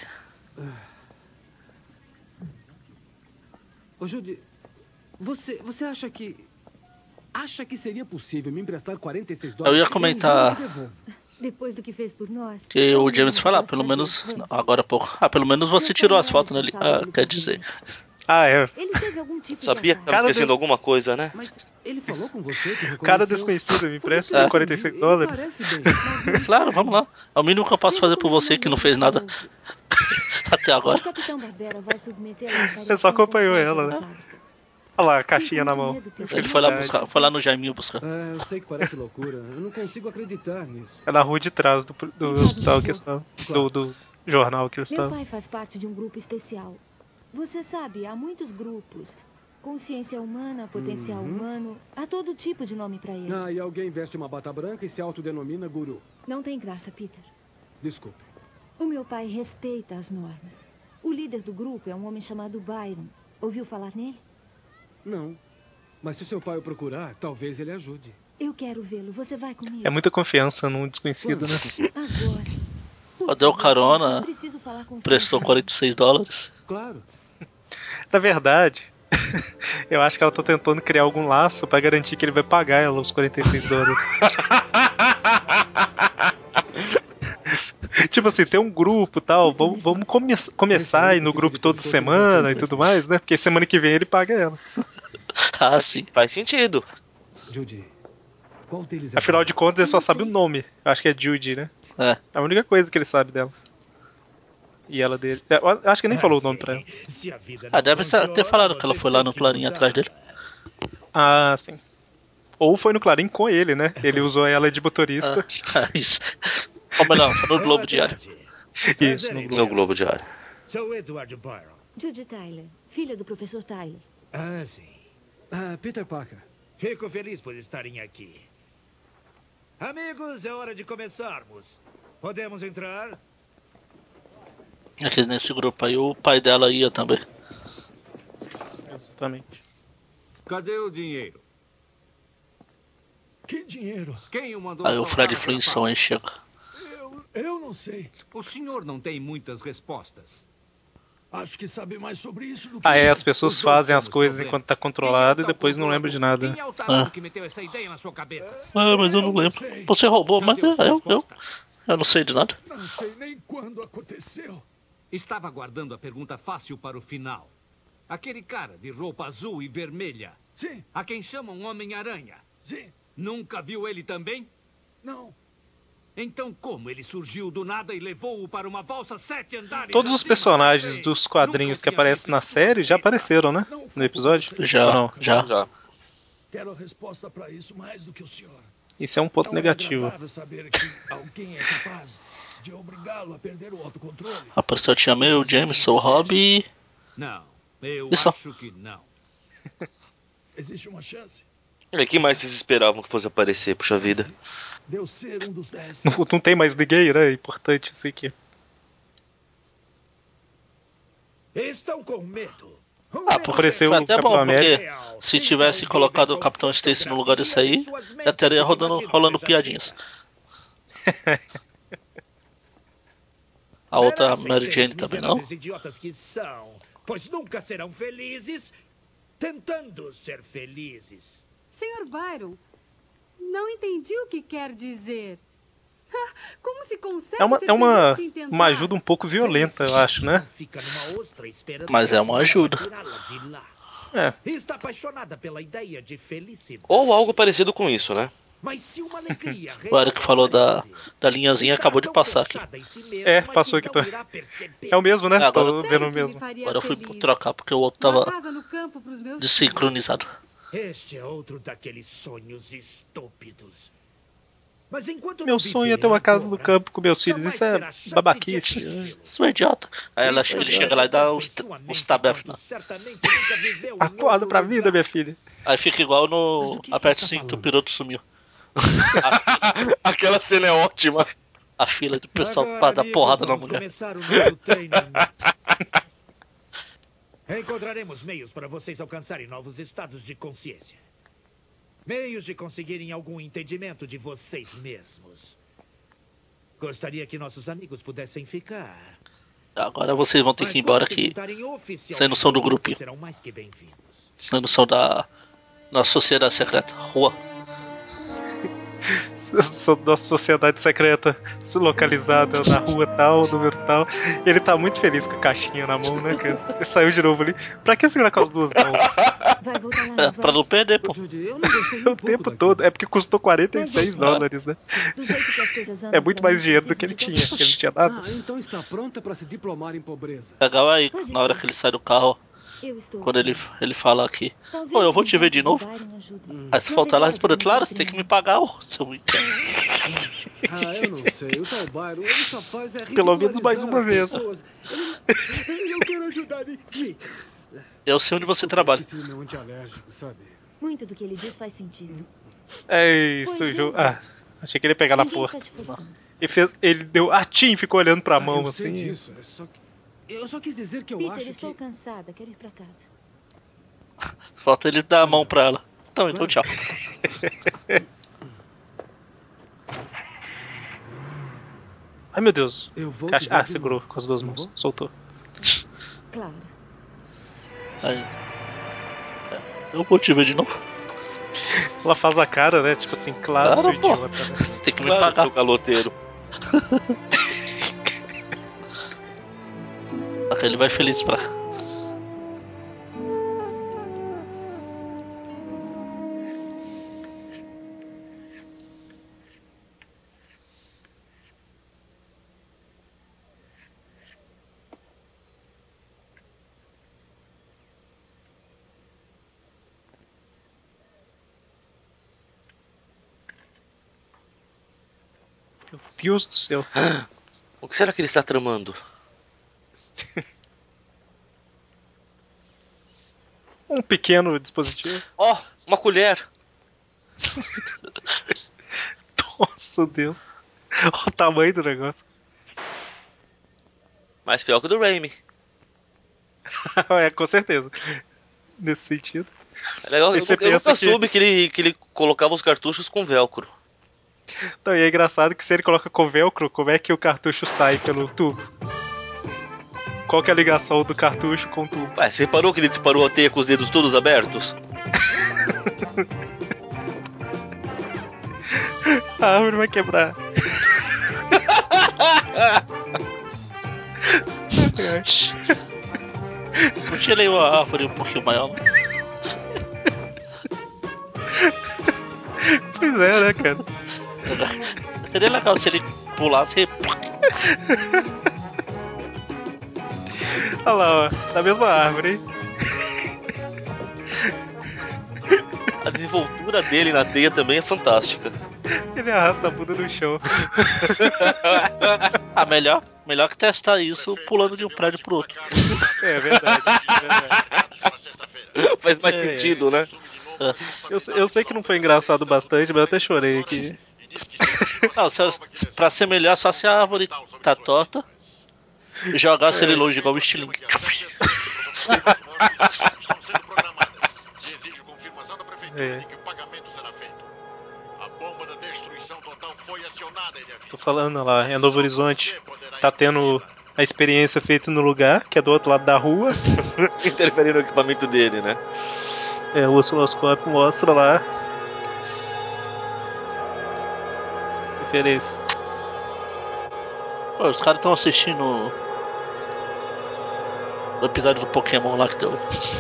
Ô, Judy, você, você acha que... Acha que seria possível me emprestar quarenta e seis Eu dólares? ia comentar juro que devolvo. Depois do que fez por nós. que como o James não foi lá, vamos pelo fazer? menos. Vamos. Agora há pouco. Ah, pelo menos você Meu tirou pai as não é fotos, né? ali? responsável Ah, pelo quer crime. dizer. Ah, é. Ele teve algum tipo Sabia que de tava Cara esquecendo do- alguma coisa, né? Mas ele falou com você que reconheceu... Cara desconhecido, me empresta É. quarenta e seis Ele dólares. parece bem. Claro, vamos lá. É o mínimo que eu posso fazer por você que não fez nada até O agora. capitão Barbera vai submetê-la à Você só acompanhou variação ela, né? da fábrica. Olha lá, a caixinha na mão. Ele Ele foi lá buscar, foi lá no Jaiminho buscar. É, eu sei que parece loucura. Eu não consigo acreditar nisso. É na rua de trás do, do hospital que estava. Do, do jornal que Meu estava. pai faz parte de um grupo especial. Você sabe, há muitos grupos. Consciência humana, potencial Uhum. humano, há todo tipo de nome pra eles. Ah, e alguém veste uma bata branca e se autodenomina guru. Não tem graça, Peter. Desculpe. O meu pai respeita as normas. O líder do grupo é um homem chamado Byron. Ouviu falar nele? Não. Mas se seu pai o procurar, talvez ele ajude. Eu quero vê-lo. Você vai comigo? É muita confiança num desconhecido, né? Agora. Deu carona, Eu preciso falar com o prestou senhor. quarenta e seis dólares. Claro. Na verdade, eu acho que ela tá tentando criar algum laço pra garantir que ele vai pagar ela os quarenta e seis dólares. Tipo assim, tem um grupo e tal, vamos, vamos come começar a ir no grupo toda semana e tudo mais, né? Porque semana que vem ele paga ela. Ah, sim. Faz sentido. Judy, qual deles é Afinal de contas, ele só sabe o nome. Eu acho que é Judy, né? É. É a única coisa que ele sabe dela. E ela dele. Eu acho que nem falou o nome pra ela. Ah, deve ter falado que ela foi lá no Clarim atrás dele. Ah, sim. Ou foi no Clarim com ele, né? Ele usou ela de motorista. Ah, isso. Ou melhor, foi no Globo Diário. Isso, no Globo. No Globo Diário. Sou Edward Byron. Judy Tyler, filha do professor Tyler. Ah, sim. Ah, Peter Parker. Fico feliz por estarem aqui. Amigos, é hora de começarmos. Podemos entrar? Aqui nesse grupo aí, o pai dela ia também. Exatamente. Cadê o dinheiro? Que dinheiro? Quem o mandou? Aí o Fred Flintstone chega. Eu, eu não sei. O senhor não tem muitas respostas. Acho que sabe mais sobre isso do que... Ah, é, as pessoas fazem as coisas enquanto tá controlado e depois não lembram de nada. Quem é o tarado que meteu essa ideia na sua cabeça? Ah, mas eu não lembro. Você roubou, mas eu, eu, eu, eu não sei de nada. Não sei nem quando aconteceu. Estava guardando a pergunta fácil para o final. Aquele cara de roupa azul e vermelha. Sim. A quem chamam Homem-Aranha. Sim. Nunca viu ele também? Não. Então como ele surgiu do nada e levou-o para uma valsa sete andares? Todos os personagens dos quadrinhos que aparecem na série já apareceram, né? No episódio? Já, Ou não? já. Já. Quero a resposta para isso mais do que o senhor. Isso é um ponto Não negativo. É agradável saber que alguém é capaz de obrigá-lo a perder o autocontrole. Apareceu a Tia May, o Jameson, o Rob e... Não, eu Isso. acho que não. Existe uma chance. E quem mais vocês esperavam que fosse aparecer, puxa vida? Deu ser um dos dez. Não, não tem mais ninguém, né? É importante isso aqui. Estão com medo. Ah, Apareceu foi o até Capitão bom, porque América. se tivesse colocado o Capitão Stacy no lugar desse aí, já teria rodando, rolando piadinhas. A outra Mary Jane também não? Idiotas que são, pois nunca serão felizes tentando ser felizes. senhor Byron, não entendi o que quer dizer. Como se consegue É uma, ser é uma, feliz sem tentar? uma ajuda um pouco violenta, eu acho, né? Fica numa ostra esperando Mas é uma ajuda. tirá-la de lá. É. Está apaixonada pela ideia de felicidade. Ou algo parecido com isso, né? Mas se uma alegria O Eric falou da, da linhazinha, acabou de passar aqui. É, passou aqui. É o mesmo, né? É, agora- Tô vendo o mesmo. Agora eu fui trocar porque o outro Uma tava casa no campo pros meus desincronizado. Este é outro daqueles sonhos estúpidos. Mas enquanto Meu não sonho é viver ter uma casa no agora, campo com meus filhos. jamais Isso é terá chance de babaquice. atingi-lo. Isso é idiota. Aí ela, ele chega lá e dá uns, uns tabef, né? Certamente nunca viveu em Acorda outro pra lugar. vida, minha filha. Aí fica igual no. Mas o que que Aperta o ele tá cinto, o falando? piloto sumiu. Aquela cena é ótima. A fila do pessoal Agora, pra dar amigos, porrada na vamos mulher. começar o nosso treinamento. Encontraremos meios para vocês alcançarem novos estados de consciência. Meios de conseguirem algum entendimento de vocês mesmos. Gostaria que nossos amigos pudessem ficar. Agora vocês vão ter Mas que ir embora quando se aqui. juntarem oficialmente Sem noção do ao grupo, grupinho. serão mais que bem-vindos. Sem noção da nossa sociedade secreta. Rua. Sou nossa sociedade secreta localizada na rua tal, número tal. Ele tá muito feliz com a caixinha na mão, né, cara? Ele saiu de novo ali. Pra que você vai com as duas mãos? Vai voltar lá, É, não pra vai? não perder, pô. Judy, eu não gostei nem O um pouco tempo daquilo. todo. É porque custou quarenta e seis Mas, dólares, né? Do jeito que as coisas andam É muito por mais aí, dinheiro do precisa que ele de tinha. Ele não tinha nada. Ah, então está pronta para se diplomar em pobreza. Legal aí, na hora que ele sai do carro, Eu estou quando ele, ele fala aqui. Talvez Pô, eu vou os te ver de encontros novo. do Byron ajudem. Aí se Não faltar lá deveria responder, vir claro, no você tem que me primeiro. pagar, ô, seu inferno. Ah, eu não sei. O tal Byron, ele só faz é Pelo menos mais uma ridicularizar vez. as pessoas. Ele- Eu quero ajudar ninguém. Eu sei onde você trabalha. Esqueci meu antialérgico, sabe? Muito do que ele diz faz sentido. É isso, Pois Ju. é. Ah, achei que ele ia pegar na Ninguém porta. tá te forçando. Ele, fez, ele deu atim, ficou olhando pra Ah, mão eu sei assim. disso. É só que... Eu só quis dizer que eu Peter, acho estou que... cansada. Quero ir pra casa. Falta ele dar a mão pra ela. Então, então tchau. Ai meu Deus. Eu vou Caixa... te ver Ah, de segurou novo. com as duas Não mãos. vou? Soltou. Claro. Aí. É, eu vou te ver de novo. Ela faz a cara, né? Tipo assim, claro, Claro, seu pô. idiota, né? Você tem que me Claro, pagar. seu caloteiro. Ele vai feliz pra. Meu Deus do céu. O que será que ele está tramando? Um pequeno dispositivo. Ó, oh, uma colher. Nossa, Deus. Olha o tamanho do negócio. Mais fiel que o do Raimi. É, com certeza. Nesse sentido. É legal, Aí eu, você eu nunca pensa que- soube que ele, que ele colocava os cartuchos com velcro. Então, e é engraçado que se ele coloca com velcro, como é que o cartucho sai pelo tubo? Qual que é a ligação do cartucho com o tubo? Ué, você reparou que ele disparou a teia com os dedos todos abertos? A árvore vai quebrar. Não tirei a árvore um pouquinho maior. Pois é, né, cara? Seria legal se ele pulasse e. Olha lá, ó. Da mesma árvore, hein? A desenvoltura dele na teia também é fantástica. Ele arrasta a bunda no chão. Ah, melhor, melhor que testar isso pulando de um prédio pro outro. É verdade. É verdade. Faz mais É, sentido, né? É. Eu, eu sei que não foi engraçado bastante, mas eu até chorei aqui. Não, se, pra ser melhor, só se a árvore tá torta e jogasse ele longe igual o estilingue. Exijo confirmação da prefeitura É. de que o pagamento será feito. A bomba da destruição total foi acionada, ele avisa. Tô falando lá, é Novo Horizonte. Tá tendo a experiência feita no lugar, que é do outro lado da rua. Interferir no equipamento dele, né? É, o osciloscópio mostra lá. Referência. Pô, os caras estão assistindo o episódio do Pokémon lá que deu.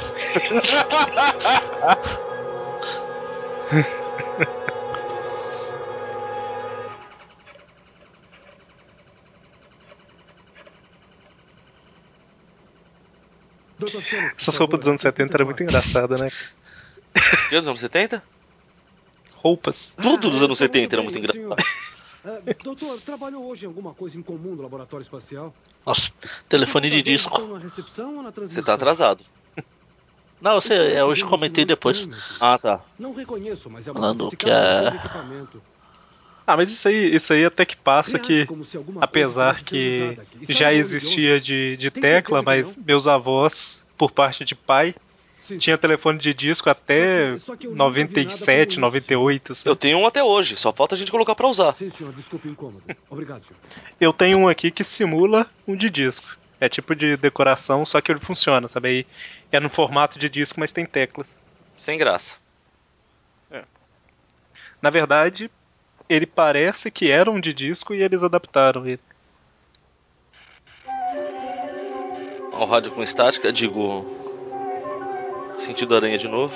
doutor Fênix, Essas por roupas favor, dos anos setenta eram muito engraçadas, né? Que dos anos setenta? Roupas. Tudo Ah, dos eu anos tô setenta era bem, muito o engraçado. senhor- Ah, doutor, trabalhou hoje em alguma coisa em comum no laboratório espacial? Nossa, telefone de Computadores disco. estão na recepção ou na Você transmissão? tá atrasado. Não, eu sei, Estou eu hoje recebendo um comentei sinal depois. estranho aqui. Ah, tá. Não reconheço, mas é uma Falando sofisticada que é- versão do equipamento. Ah, mas isso aí, isso aí até que passa Reage que, como se alguma apesar coisa estivesse que sendo usada aqui. Está já no nome de existia de, de Tem tecla, certeza que mas não? meus avós, por parte de pai, Sim, tinha telefone de disco até Só que- só que eu nunca vi noventa e nada sete, como isso, noventa e oito, Eu sabe? tenho um até hoje, só falta a gente colocar pra usar. Sim, senhor, desculpe o incômodo. Obrigado, senhor. Eu tenho um aqui que simula um de disco. É tipo de decoração, só que ele funciona, sabe? Aí é no formato de disco, mas tem teclas. Sem graça. Na verdade, ele parece que era um de disco e eles adaptaram ele. Ó, o rádio com estática, digo. Sentido aranha de novo.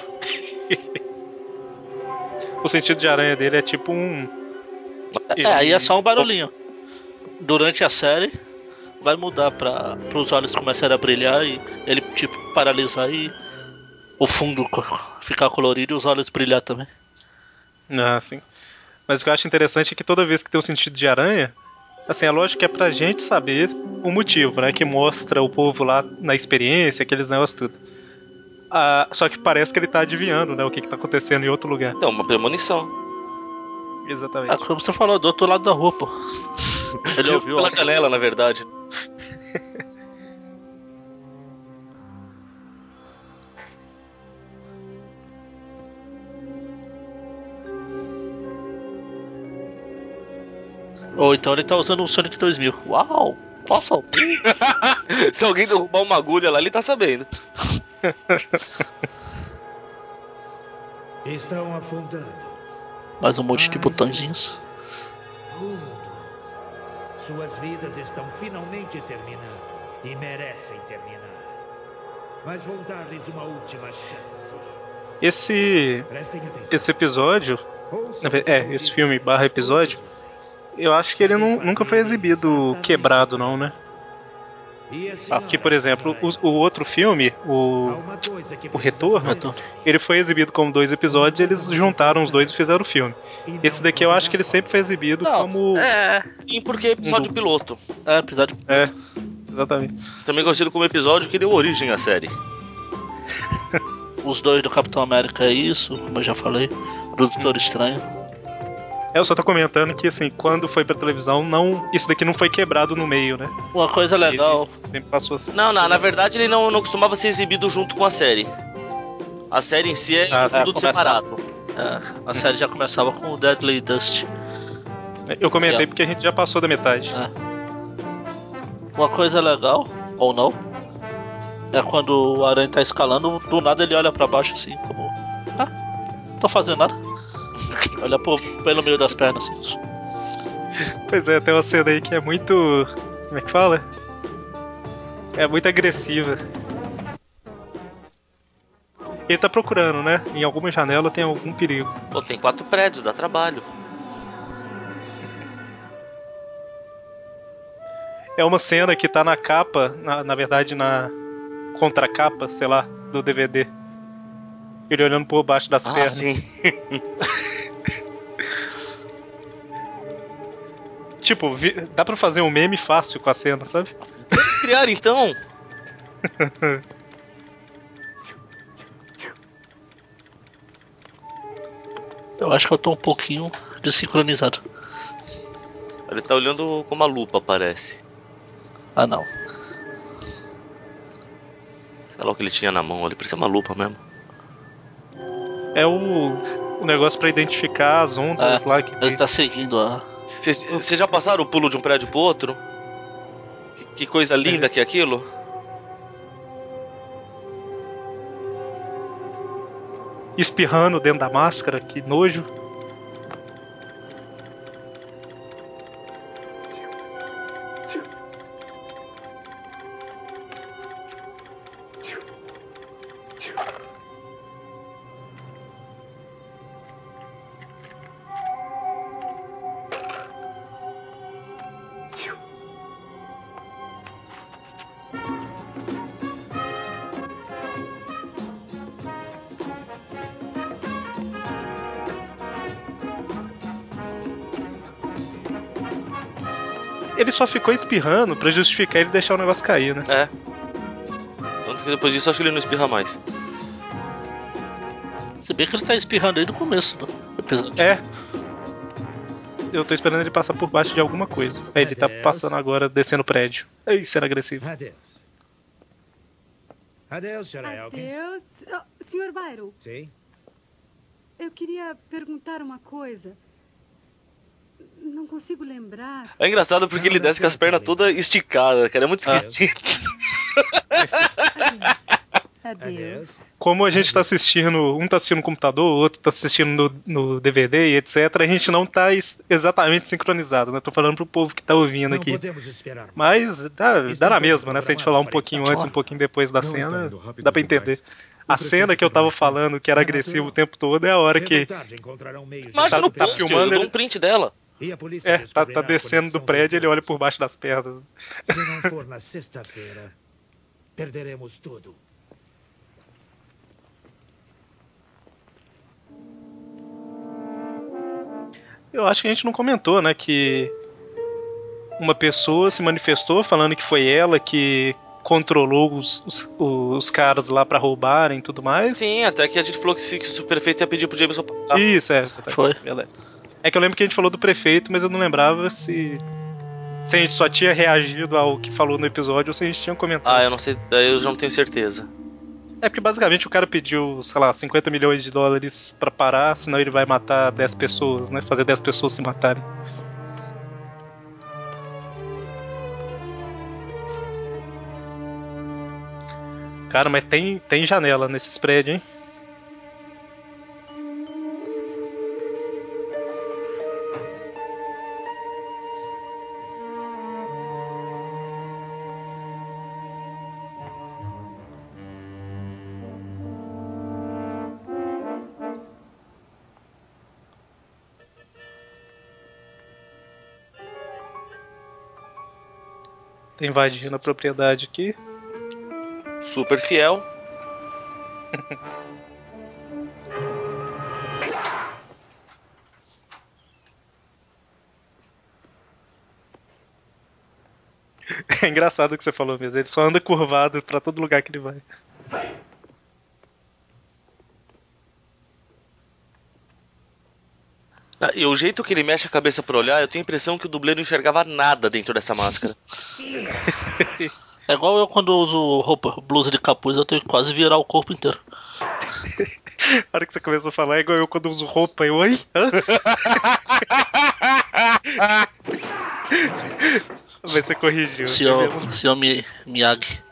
O sentido de aranha dele é tipo um. É, aí é só um barulhinho. Durante a série, vai mudar para os olhos começarem a brilhar e ele tipo paralisar e o fundo co- ficar colorido e os olhos brilhar também. Ah, sim. Mas o que eu acho interessante é que toda vez que tem um sentido de aranha, assim, é lógico que é pra gente saber o motivo, né? Que mostra o povo lá na experiência, aqueles negócios tudo. Ah, só que parece que ele tá adivinhando, né? O que, que tá acontecendo em outro lugar. Então, uma premonição. Exatamente. Ah, como você falou, do outro lado da rua, pô. Ele ouviu Pela ó. janela, na verdade. Ou então ele tá usando o Sonic dois mil. Uau! Posso? Se alguém derrubar uma agulha lá, ele tá sabendo. Estão afundando. Mais um monte de botõezinhos. Tudo. Suas vidas estão finalmente terminando. E merecem terminar. Mas vou dar-lhes uma última chance. Esse, esse episódio, é, esse filme barra episódio, eu acho que ele não, nunca foi exibido quebrado, não, né? Porque, por exemplo, o, o outro filme, o, o Retorno, ele foi exibido como dois episódios e eles juntaram os dois e fizeram o filme. Esse daqui eu acho que ele sempre foi exibido não, como... É... Sim, porque é episódio um piloto. É, episódio piloto. É, exatamente. Também conhecido como episódio que deu origem à série. Os dois do Capitão América é isso, como eu já falei. O do Doutor Estranho. É, eu só tô comentando que, assim, quando foi pra televisão, não, isso daqui não foi quebrado no meio, né? Uma coisa legal. Ele sempre passou assim. Não, não, na verdade ele não, não costumava ser exibido junto com a série. A série em si é Ah, tudo é, começava, separado. É, a série já começava com o Deadly Dust. Eu comentei é. porque a gente já passou da metade. É. Uma coisa legal, ou não, é quando o Aranha tá escalando, do nada ele olha pra baixo assim, como... Ah, não tô fazendo nada. Olha por, pelo meio das pernas assim. Pois é, tem uma cena aí que é muito... Como é que fala? É muito agressiva. Ele tá procurando, né? Em alguma janela tem algum perigo. Pô, tem quatro prédios, dá trabalho. É uma cena que tá na capa, na, na verdade na contracapa, sei lá, do D V D. Ele olhando por baixo das ah, pernas. Sim. Tipo, vi, dá pra fazer um meme fácil com a cena, sabe? Vamos criar então. Eu acho que eu tô um pouquinho desincronizado. Ele tá olhando com uma lupa, parece. Ah, não. Sei lá o que ele tinha na mão, ele precisa de uma lupa mesmo. É o, o negócio pra identificar as ondas é, lá que ele tá seguindo a... Vocês já passaram o pulo de um prédio pro outro? Que, que coisa linda que é aquilo? Espirrando dentro da máscara, que nojo. Ele só ficou espirrando pra justificar ele deixar o negócio cair, né? É. Tanto que depois disso acho que ele não espirra mais. Se bem que ele tá espirrando aí no começo do episódio. É. Eu tô esperando ele passar por baixo de alguma coisa. Aí ele tá passando agora, descendo o prédio. Ei, sendo agressivo. Adeus. Adeus, senhora Elkins. Adeus. Oh, senhor Byron. Sim? Eu queria perguntar uma coisa. Não consigo lembrar. É engraçado porque ele desce com as pernas todas esticadas, cara. É muito esquisito. Adeus. Como a gente tá assistindo, um tá assistindo no computador, o outro tá assistindo no, no D V D e etcétera, a gente não tá es- exatamente sincronizado, né? Tô falando pro povo que tá ouvindo aqui. Mas dá, dá na mesma, né? Se a gente falar um pouquinho antes, um pouquinho depois da cena, dá pra entender. A cena que eu tava falando que era agressivo o tempo todo é a hora que... Imagina no tá post, filmando, eu dou ele- um print dela. É, tá, tá descendo do prédio e ele olha por baixo das pernas. Se não for na sexta-feira, perderemos tudo. Eu acho que a gente não comentou, né, que uma pessoa se manifestou falando que foi ela que controlou os, os, os caras lá pra roubarem e tudo mais. Sim, até que a gente falou que se, que se o prefeito ia pedir pro Jameson parar. Isso, é. Foi. É que eu lembro que a gente falou do prefeito, mas eu não lembrava se... Se a gente só tinha reagido ao que falou no episódio ou se a gente tinha comentado. Ah, eu não sei, eu já não tenho certeza. É porque basicamente o cara pediu, sei lá, cinquenta milhões de dólares pra parar, senão ele vai matar dez pessoas, né? Fazer dez pessoas se matarem. Cara, mas tem, tem janela nesses prédios, hein? Tá invadindo a propriedade aqui. Super fiel. É engraçado o que você falou mesmo. Ele só anda curvado pra todo lugar que ele vai. Ah, e o jeito que ele mexe a cabeça pra olhar, eu tenho a impressão que o dublê não enxergava nada dentro dessa máscara. É igual eu quando uso roupa, blusa de capuz, eu tenho que quase virar o corpo inteiro. A hora que você começou a falar, é igual eu quando uso roupa. Eu, oi? Hã? Mas você corrigiu. Senhor, senhor Mi, Miyagi.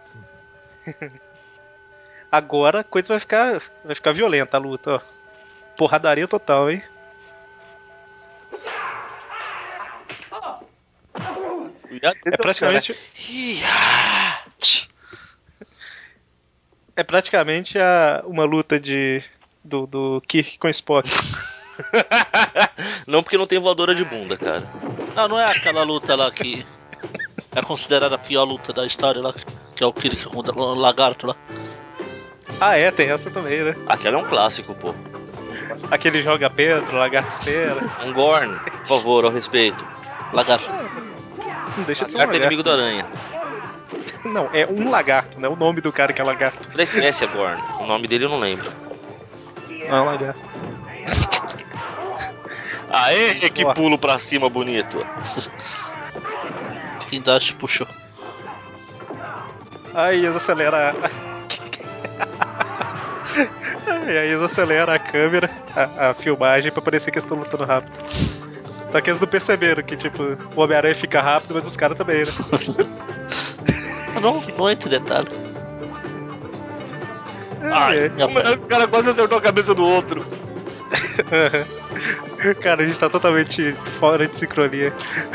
Agora a coisa vai ficar, vai ficar violenta a luta, ó. Porradaria total, hein? É praticamente. É praticamente a, uma luta de do, do Kirk com Spock. Não, porque não tem voadora de bunda, cara. Não, não é aquela luta lá que é considerada a pior luta da história lá, que é o Kirk contra o lagarto lá. Ah, é, tem essa também, né? Aquela é um clássico, pô. Aquele joga pedra, o lagarto espera. Um Gorn, por favor, ao respeito. Lagarto. Não deixa de ser um Lagarto lagarto. é inimigo da aranha. Não, é um lagarto, né? O nome do cara que é lagarto. Da espécie é Gorn. O nome dele eu não lembro. Ah, é um lagarto. Aê, que Boa. pulo pra cima bonito. Quem dá te puxou. Aí eles acelera. E aí eles acelera a câmera, a, a filmagem, pra parecer que eles estão lutando rápido. Só que eles não perceberam que, tipo, o Homem-Aranha fica rápido, mas os caras também, né? Não, não entre detalhe. Ai, minha O cara quase acertou a cabeça do outro. Cara, a gente tá totalmente fora de sincronia.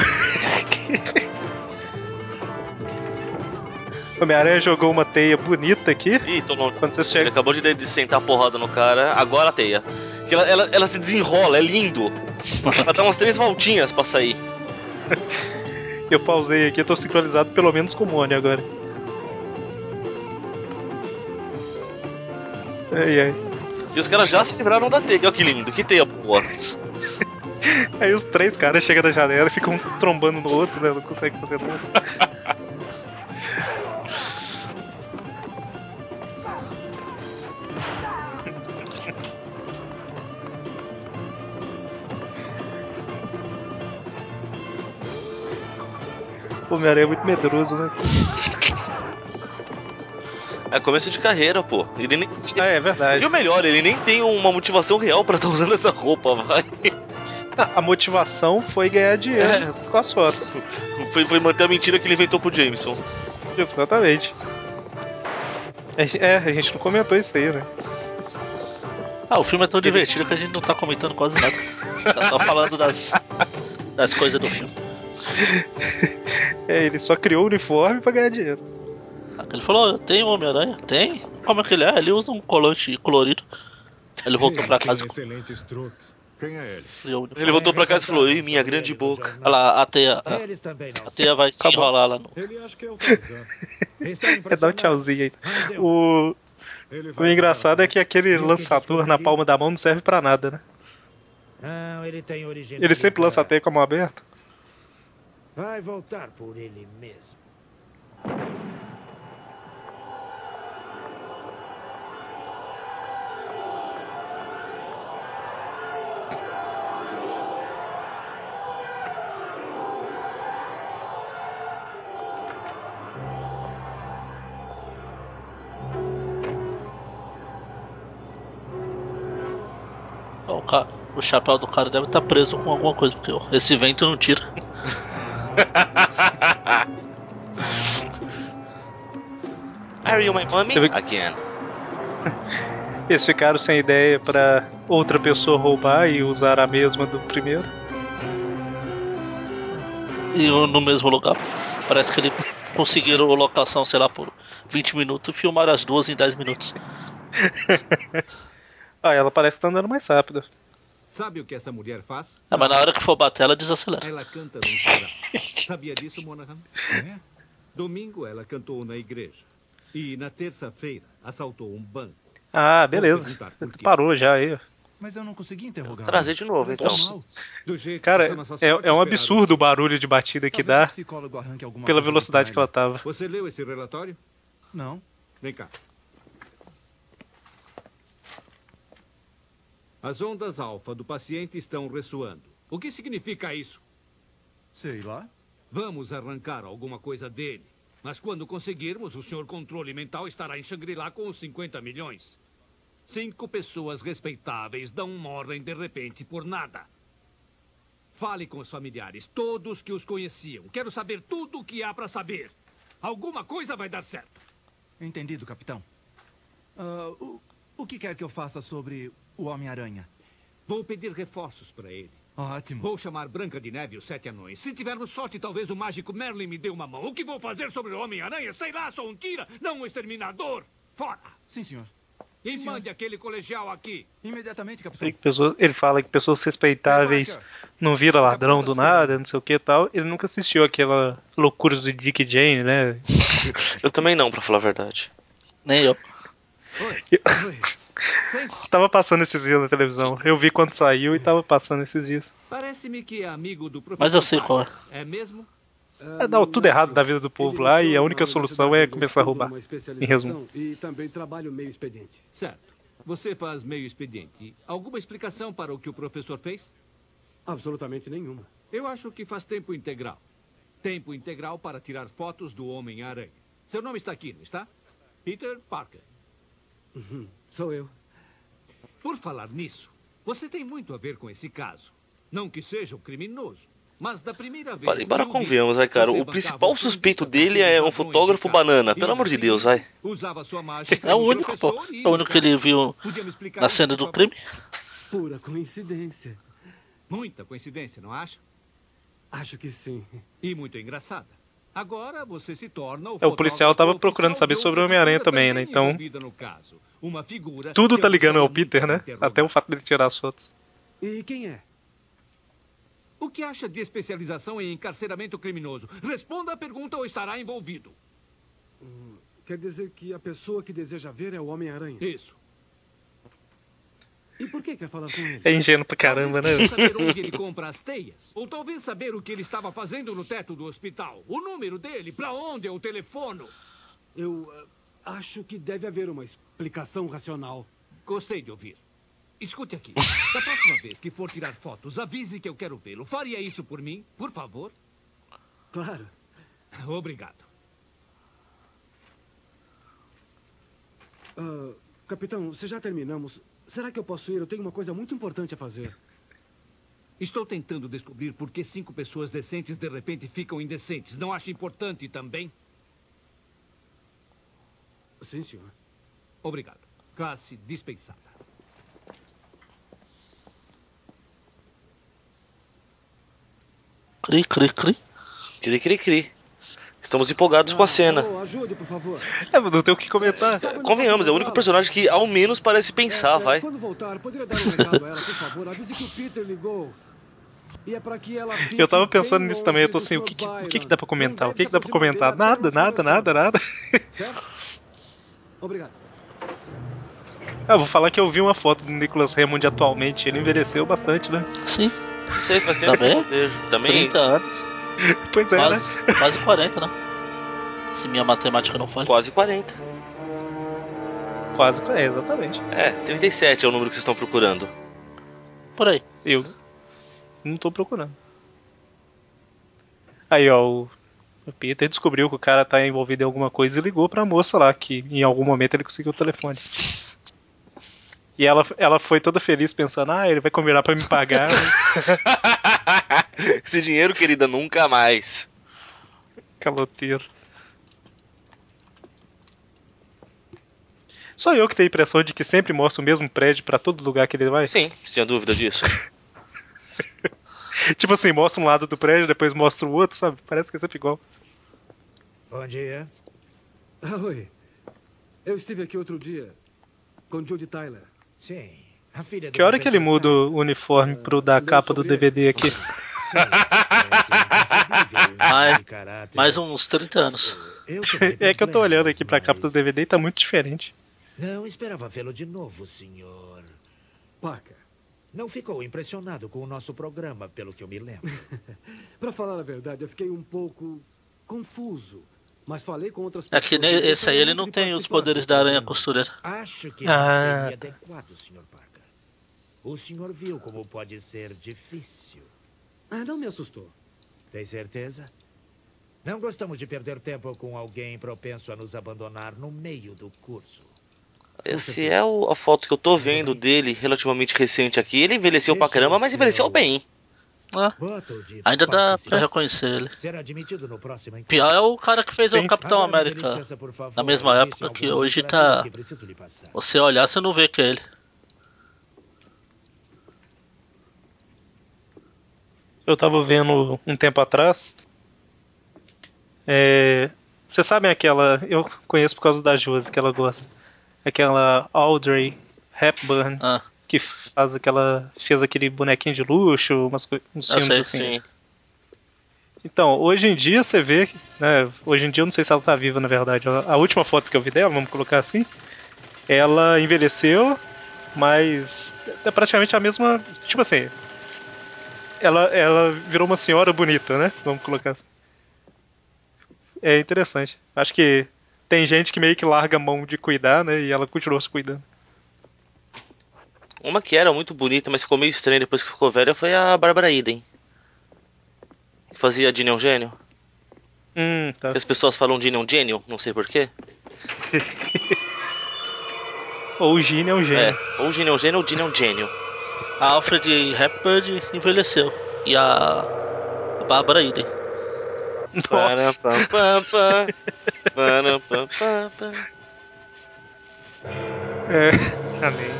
O Homem-Aranha jogou uma teia bonita aqui. Ih, tomou. Quando você Ele chega... acabou de, de sentar a porrada no cara, agora a teia. Que ela, ela, ela se desenrola, é lindo. Ela dá umas três voltinhas pra sair. Eu pausei aqui, eu tô sincronizado pelo menos com o Mônio agora. Ai, ai. E os caras já se livraram da teia, olha que lindo, que teia boa. Aí os três caras chegam na janela e ficam trombando no outro, né? Não conseguem fazer nada. O Homem-Aranha é muito medroso, né? É começo de carreira, pô. Ele nem... Ah, é verdade. E o melhor, ele nem tem uma motivação real pra estar usando essa roupa, vai. A motivação foi ganhar dinheiro É. com as fotos. Foi, foi manter a mentira que ele inventou pro Jameson. Exatamente. É, a gente não comentou isso aí, né? Ah, o filme é tão divertido que a gente não tá comentando quase nada. Tá só falando das, das coisas do filme. É, ele só criou o uniforme pra ganhar dinheiro. Ele falou, eu tenho Homem-Aranha? Tem? Como é que ele é? Ele usa um colante colorido. Ele voltou pra casa. Excelentes truques. Quem é ele? Eu... Ele voltou pra casa e falou, ei, minha grande boca. Olha lá, a teia. A, a teia vai se Acabou. enrolar lá no. Ele acha que é o Tarzan. É dar um tchauzinho aí. O... o engraçado é que aquele lançador na palma da mão não serve pra nada, né? Não, ele tem origem. Ele sempre lança a teia com a mão aberta. Vai voltar por ele mesmo. O, ca... o chapéu do cara deve estar preso com alguma coisa, porque esse vento não tira. Are you my mommy? Teve... Again. Eles ficaram sem ideia pra outra pessoa roubar e usar a mesma do primeiro. E no mesmo lugar. Parece que ele conseguiram locação, sei lá, por vinte minutos e filmaram as duas em dez minutos. Ah, ela parece que tá andando mais rápido. Sabe o que essa mulher faz? É, mas na hora que for bater, ela desacelera. Ela canta num coral. Sabia disso, Monaghan? É? Domingo ela cantou na igreja. E na terça-feira assaltou um banco. Ah, beleza. Parou já aí. Mas eu não consegui interrogar. Trazer de novo, então. Cara, é, é um absurdo o barulho de batida que dá pela velocidade que ela tava. Você leu esse relatório? Não. Vem cá. As ondas alfa do paciente estão ressoando. O que significa isso? Sei lá. Vamos arrancar alguma coisa dele. Mas quando conseguirmos, o senhor controle mental estará em Shangri-La com os cinquenta milhões. Cinco pessoas respeitáveis não morrem de repente por nada. Fale com os familiares, todos que os conheciam. Quero saber tudo o que há para saber. Alguma coisa vai dar certo. Entendido, capitão. Uh, o, o que quer que eu faça sobre o Homem-Aranha? Vou pedir reforços para ele. Ótimo. Vou chamar Branca de Neve e os Sete Anões. Se tivermos sorte, talvez o mágico Merlin me dê uma mão. O que vou fazer sobre o Homem-Aranha? Sei lá, sou um tira, não um exterminador. Fora! Sim, senhor. E mande aquele colegial aqui. Imediatamente, capitão. Pessoa, ele fala que pessoas respeitáveis não viram ladrão do nada, não sei o que e tal. Ele nunca assistiu aquela loucura do Dick e Jane, né? Eu também não, pra falar a verdade. Nem eu. Oi. eu... Oi. Tava passando esses dias na televisão. Eu vi quando saiu e tava passando esses dias. Parece-me que é amigo do professor. Mas eu sei qual é. É mesmo? É, dá tudo errado da vida do povo lá e a única solução é começar a roubar. Em resumo. E também trabalho meio expediente. Certo. Você faz meio expediente. Alguma explicação para o que o professor fez? Absolutamente nenhuma. Eu acho que faz tempo integral. Tempo integral para tirar fotos do Homem-Aranha. Seu nome está aqui, não está? Peter Parker. Uhum, sou eu. Por falar nisso, você tem muito a ver com esse caso. Não que seja um criminoso, mas da primeira vez... Embora convenhamos, vai, cara. O principal suspeito dele é um fotógrafo banana. Pelo amor de Deus, vai. É o único, pô. É o único que ele viu na cena do crime. Pura coincidência. Muita coincidência, não acha? Acho que sim. E muito engraçada. Agora você se torna o É, o policial tava procurando saber sobre o Homem-Aranha também, né? Então, tudo tá ligando ao Peter, né? Até o fato dele tirar as fotos. E quem é? O que acha de especialização em encarceramento criminoso? Responda a pergunta ou estará envolvido. Hum, quer dizer que a pessoa que deseja ver é o Homem-Aranha? Isso. E por que quer falar com ele? É ingênuo pra caramba, né? Talvez saber onde ele compra as teias. Ou talvez saber o que ele estava fazendo no teto do hospital. O número dele, pra onde eu telefono. Eu uh, acho que deve haver uma explicação racional. Gostei de ouvir. Escute aqui. Da próxima vez que for tirar fotos, avise que eu quero vê-lo. Faria isso por mim, por favor? Claro. Obrigado. Uh, capitão, se já terminamos... Será que eu posso ir? Eu tenho uma coisa muito importante a fazer. Estou tentando descobrir por que cinco pessoas decentes de repente ficam indecentes. Não acha importante também? Sim, senhor. Obrigado. Classe dispensada. Cri, cri, cri. Cri, cri, cri. Estamos empolgados ah, com a cena. Oh, ajude, por favor. É, não tem o que comentar. É, convenhamos, é o único personagem que ao menos parece pensar, é, vai. É, quando voltar, poderia dar um recado a ela, por favor. Avise que o Peter ligou. E é pra que ela fique eu tava pensando bem nisso também, eu tô assim, o que, que, o que que dá pra comentar? O que que dá pra comentar? Nada, nada, nada, nada. Certo? Obrigado. Ah, vou falar que eu vi uma foto do Nicholas Hammond atualmente, ele envelheceu bastante, né? Sim. Não sei, faz tempo Também? que eu vejo. Também? trinta anos. Pois é, quase, né? quase quarenta, né? Se minha matemática não falha. Quase quarenta. Quase, é, exatamente. É, trinta e sete é o número que vocês estão procurando. Por aí. Eu não tô procurando. Aí, ó, o Peter descobriu que o cara tá envolvido em alguma coisa e ligou pra moça lá, que em algum momento ele conseguiu o telefone. E ela, ela foi toda feliz pensando, ah, ele vai combinar pra me pagar. Esse dinheiro, querida, nunca mais. Caloteiro. Só eu que tenho a impressão de que sempre mostra o mesmo prédio pra todo lugar que ele vai? Sim, sem dúvida disso. Tipo assim, mostra um lado do prédio, depois mostra o outro, sabe? Parece que é sempre igual. Bom dia. Ah, oi. Eu estive aqui outro dia com Judy Tyler. Sim, a filha do Que hora que ele muda o uniforme pro da capa do D V D aqui? Mais, mais uns trinta anos. É que eu tô olhando aqui pra capa do D V D e tá muito diferente. Não esperava vê-lo de novo, senhor. Parker. Não ficou impressionado com o nosso programa, pelo que eu me lembro. Pra falar a verdade, eu fiquei um pouco confuso. Mas falei com outras É pessoas. que nem esse aí, ele não tem os poderes da aranha costureira. Acho que Ah. não seria adequado, senhor Parker. O senhor viu como pode ser difícil. Ah, não me assustou. Tem certeza? Não gostamos de perder tempo com alguém propenso a nos abandonar no meio do curso. Se é o- a foto que eu tô vendo dele, relativamente recente aqui, ele envelheceu pra caramba, mas envelheceu bem. Ah, ainda dá pra reconhecer ele. Será admitido no próximo encontro. Pior é o cara que fez o Sim. Capitão Agora, me dê América licença, por favor. na mesma Existem época, que alguns hoje imperativos tá. que preciso lhe passar. Você olhar, você não vê que é ele. Eu tava vendo um tempo atrás. É... Vocês sabem aquela. Eu conheço por causa da Josi que ela gosta. Aquela Audrey Hepburn. Ah, Que faz aquela. Fez aquele bonequinho de luxo, umas, co- uns eu filmes sei, assim. Sim. Então, hoje em dia você vê, né, hoje em dia eu não sei se ela tá viva na verdade. A a última foto que eu vi dela, vamos colocar assim, ela envelheceu, mas é praticamente a mesma, tipo assim, ela, ela virou uma senhora bonita, né? Vamos colocar assim. É interessante. Acho que tem gente que meio que larga a mão de cuidar, né, e ela continuou se cuidando. Uma que era muito bonita, mas ficou meio estranha depois que ficou velha, foi a Bárbara Eden. Que fazia Ginny é um gênio. Hum, tá. Que as pessoas falam Ginny é um gênio, não sei porquê. Ou o Gene é um gênio. É, ou Ginny é um gênio ou Ginny é um gênio. a Alfred Hepburn envelheceu. E a, a Bárbara Eden. Nossa. Pam, pam, pam, pam, pam, pam, pam. É, amém.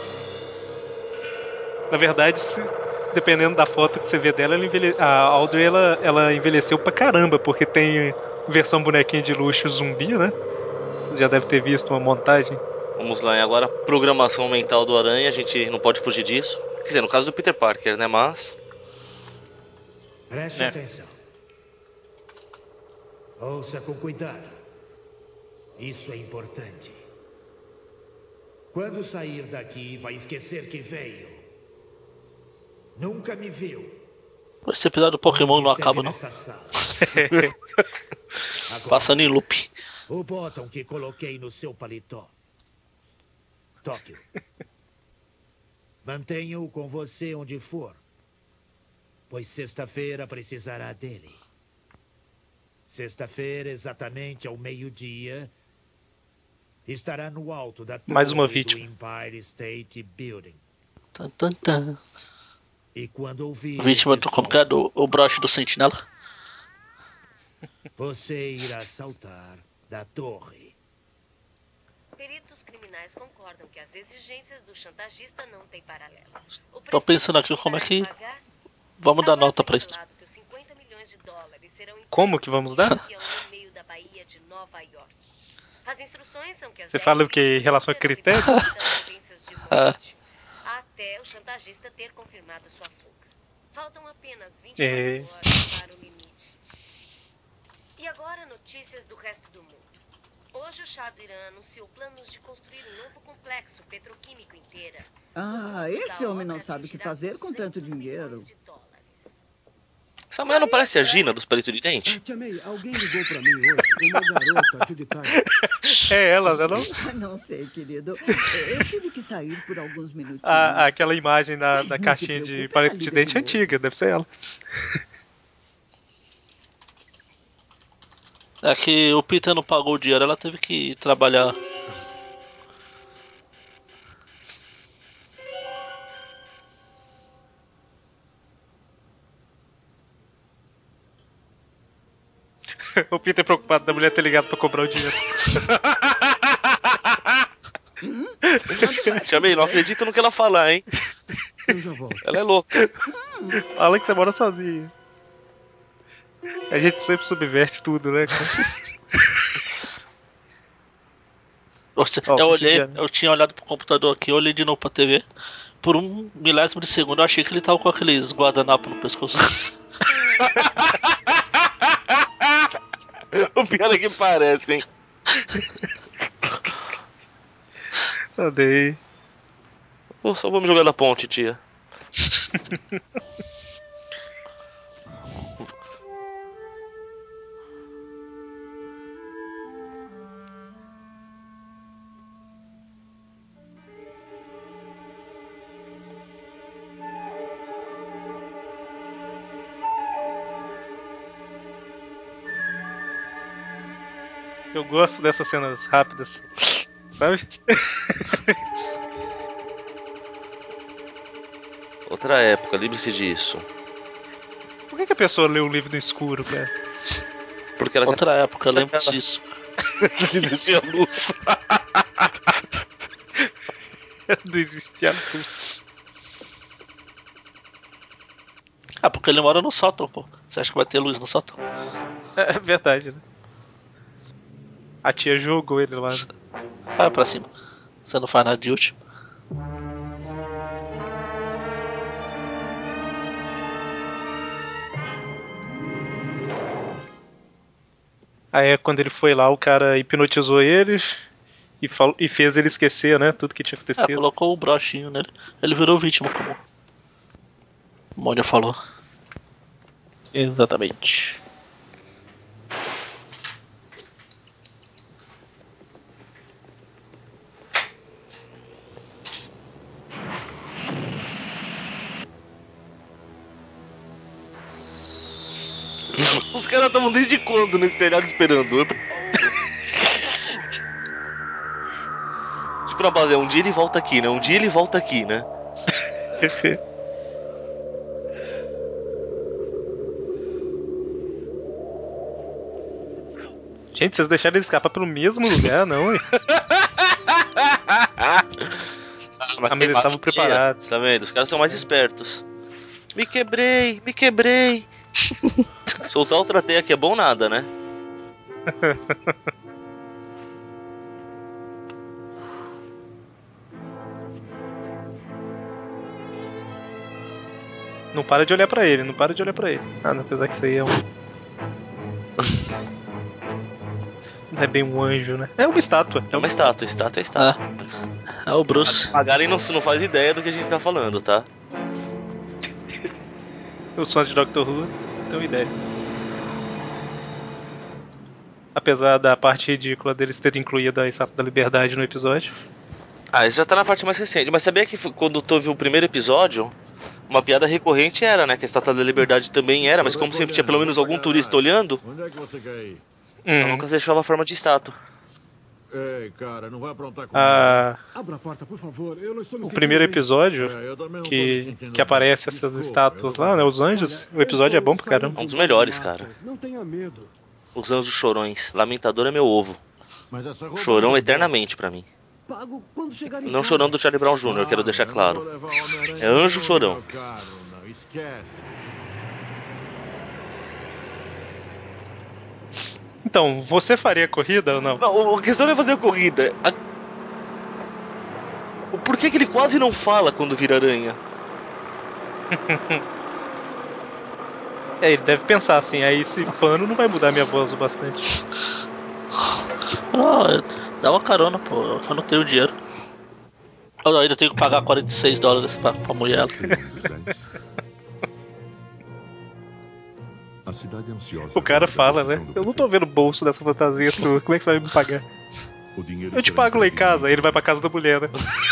Na verdade, se- dependendo da foto que você vê dela, ela envelhe... a Audrey ela, ela envelheceu pra caramba, porque tem versão bonequinho de luxo zumbi, né? Você já deve ter visto uma montagem. Vamos lá, e agora programação mental do Aranha, a gente não pode fugir disso. Quer dizer, no caso do Peter Parker, né? Mas. Preste É. atenção. Ouça com cuidado. Isso é importante. Quando sair daqui, vai esquecer que veio. Nunca me viu. Esse episódio do Pokémon não acaba, não. Nesta sala. Agora, Passando em loop. o botão que coloquei no seu paletó. Tóquio. Mantenha-o com você onde for, pois sexta-feira precisará dele. Sexta-feira, exatamente ao meio-dia, estará no alto da torre Mais uma do vítima. Empire State Building. Tan, tan, tan. E quando ouvir Vítima esse do como som, que é do o broche do Sentinela. você irá saltar da torre. Peritos criminais concordam que as exigências do chantagista não têm paralelo. O Tô pensando aqui como é que vamos dar nota pra isso. revelado que os cinquenta milhões de dólares serão Como que vamos dar? entregues no meio da Baía de Nova York. As instruções são que as Você fala o que em relação a critério? serão reveladas das sentenças de morte, até o chantagista ter confirmado sua fuga. Faltam apenas vinte e É. quatro horas para o limite. E agora notícias do resto do mundo. Hoje o Shah do Irã anunciou planos de construir um novo complexo petroquímico em Teherã. Ah, esse homem não sabe o que fazer com tanto dinheiro. Essa mulher não parece a Gina dos palitos de dente? Tia May, alguém ligou pra mim hoje. Uma garota, a Judy Tyler. É ela, já não? Ah, não sei, querido. Eu tive que sair por alguns minutinhos. A, aquela imagem da, da Não se caixinha de preocupe, palito ela de liga dente de é novo. antiga, deve ser ela. É que o Peter não pagou o dinheiro, ela teve que trabalhar. O Peter preocupado da mulher ter ligado pra cobrar o dinheiro. Chamei, não acredita no que ela fala, hein? Eu já volto. Ela é louca. Fala que você mora sozinho. A gente sempre subverte tudo, né, cara? Eu, eu olhei, eu tinha olhado pro computador aqui, eu olhei de novo pra T V. Por um milésimo de segundo eu achei que ele tava com aqueles guardanapos no pescoço. O pior é que parece, hein? Odeio. Pô, só vou me jogar da ponte, tia. Eu gosto dessas cenas rápidas, sabe? Outra época, livre-se disso. Por que, que a pessoa lê um livro no escuro, cara? Porque ela Outra quer... época, lembra-se disso. Não existia luz. Não existia luz. Ah, porque ele mora no sótão, pô. Você acha que vai ter luz no sótão? É verdade, né? A tia jogou ele lá. Vai pra cima. Você não faz nada de útil. Aí quando ele foi lá, o cara hipnotizou eles e, falou, e fez ele esquecer, né? Tudo que tinha acontecido. É, colocou o brochinho nele. Ele virou vítima, como o Mônia falou. Exatamente. Os caras estavam desde quando nesse telhado esperando? Tipo, na base, um dia ele volta aqui, né? Um dia ele volta aqui, né? Gente, vocês deixaram ele escapar pelo mesmo lugar, não, hein? Ah, mas eles estavam preparados. Tá vendo? Os caras são mais espertos. Me quebrei, me quebrei. Soltar outra teia aqui é bom nada, né? Não para de olhar pra ele, não para de olhar pra ele. Ah, não, apesar que isso aí é um... Não é bem um anjo, né? É uma estátua. É uma estátua, estátua é estátua. É, é o Bruce. A Garen não, não faz ideia do que a gente tá falando, tá? Os fãs de Doctor Who não tenho ideia. Apesar da parte ridícula deles terem incluído a Estátua da Liberdade no episódio. Ah, isso já tá na parte mais recente. Mas sabia que quando tu viu o primeiro episódio, uma piada recorrente era, né? Que a Estátua da Liberdade também era, mas como sempre tinha pelo menos algum turista olhando, Onde é que você quer ir? a Lucas deixava a forma de estátua. Ei, cara, não vai aprontar comigo. Ah, Abra a porta, por favor. Eu não estou me o sentindo primeiro bem. episódio É, eu também não tô me que, sentindo que aparece bem. essas Desculpa, estátuas eu lá, tô- né? Os anjos. Olha, O episódio eu é bom pra estou caramba. Um dos saindo melhores, massas. cara. Não tenha medo. Os anjos chorões. Lamentador é meu ovo. Mas essa roupa Chorão não é eternamente pra mim. Pago quando chegar em Não casa. chorão do Charlie Brown Júnior, quero deixar eu não claro. vou levar o Homem-Aranha É anjo nenhum chorão. no meu carro, não. Esquece. Então, você faria corrida ou não? Não, a questão não é fazer a corrida. A... O porquê que ele quase não fala quando vira aranha? É, ele deve pensar assim, aí esse pano não vai mudar minha voz o bastante. Ah, dá uma carona, pô. Eu não tenho dinheiro. Eu ainda tenho que pagar quarenta e seis dólares pra, pra mulher. A cidade ansiosa. O cara fala, né? Eu não tô vendo o bolso dessa fantasia sua, como é que você vai me pagar? O dinheiro Eu te pago lá em casa, aí ele vai pra casa da mulher, né?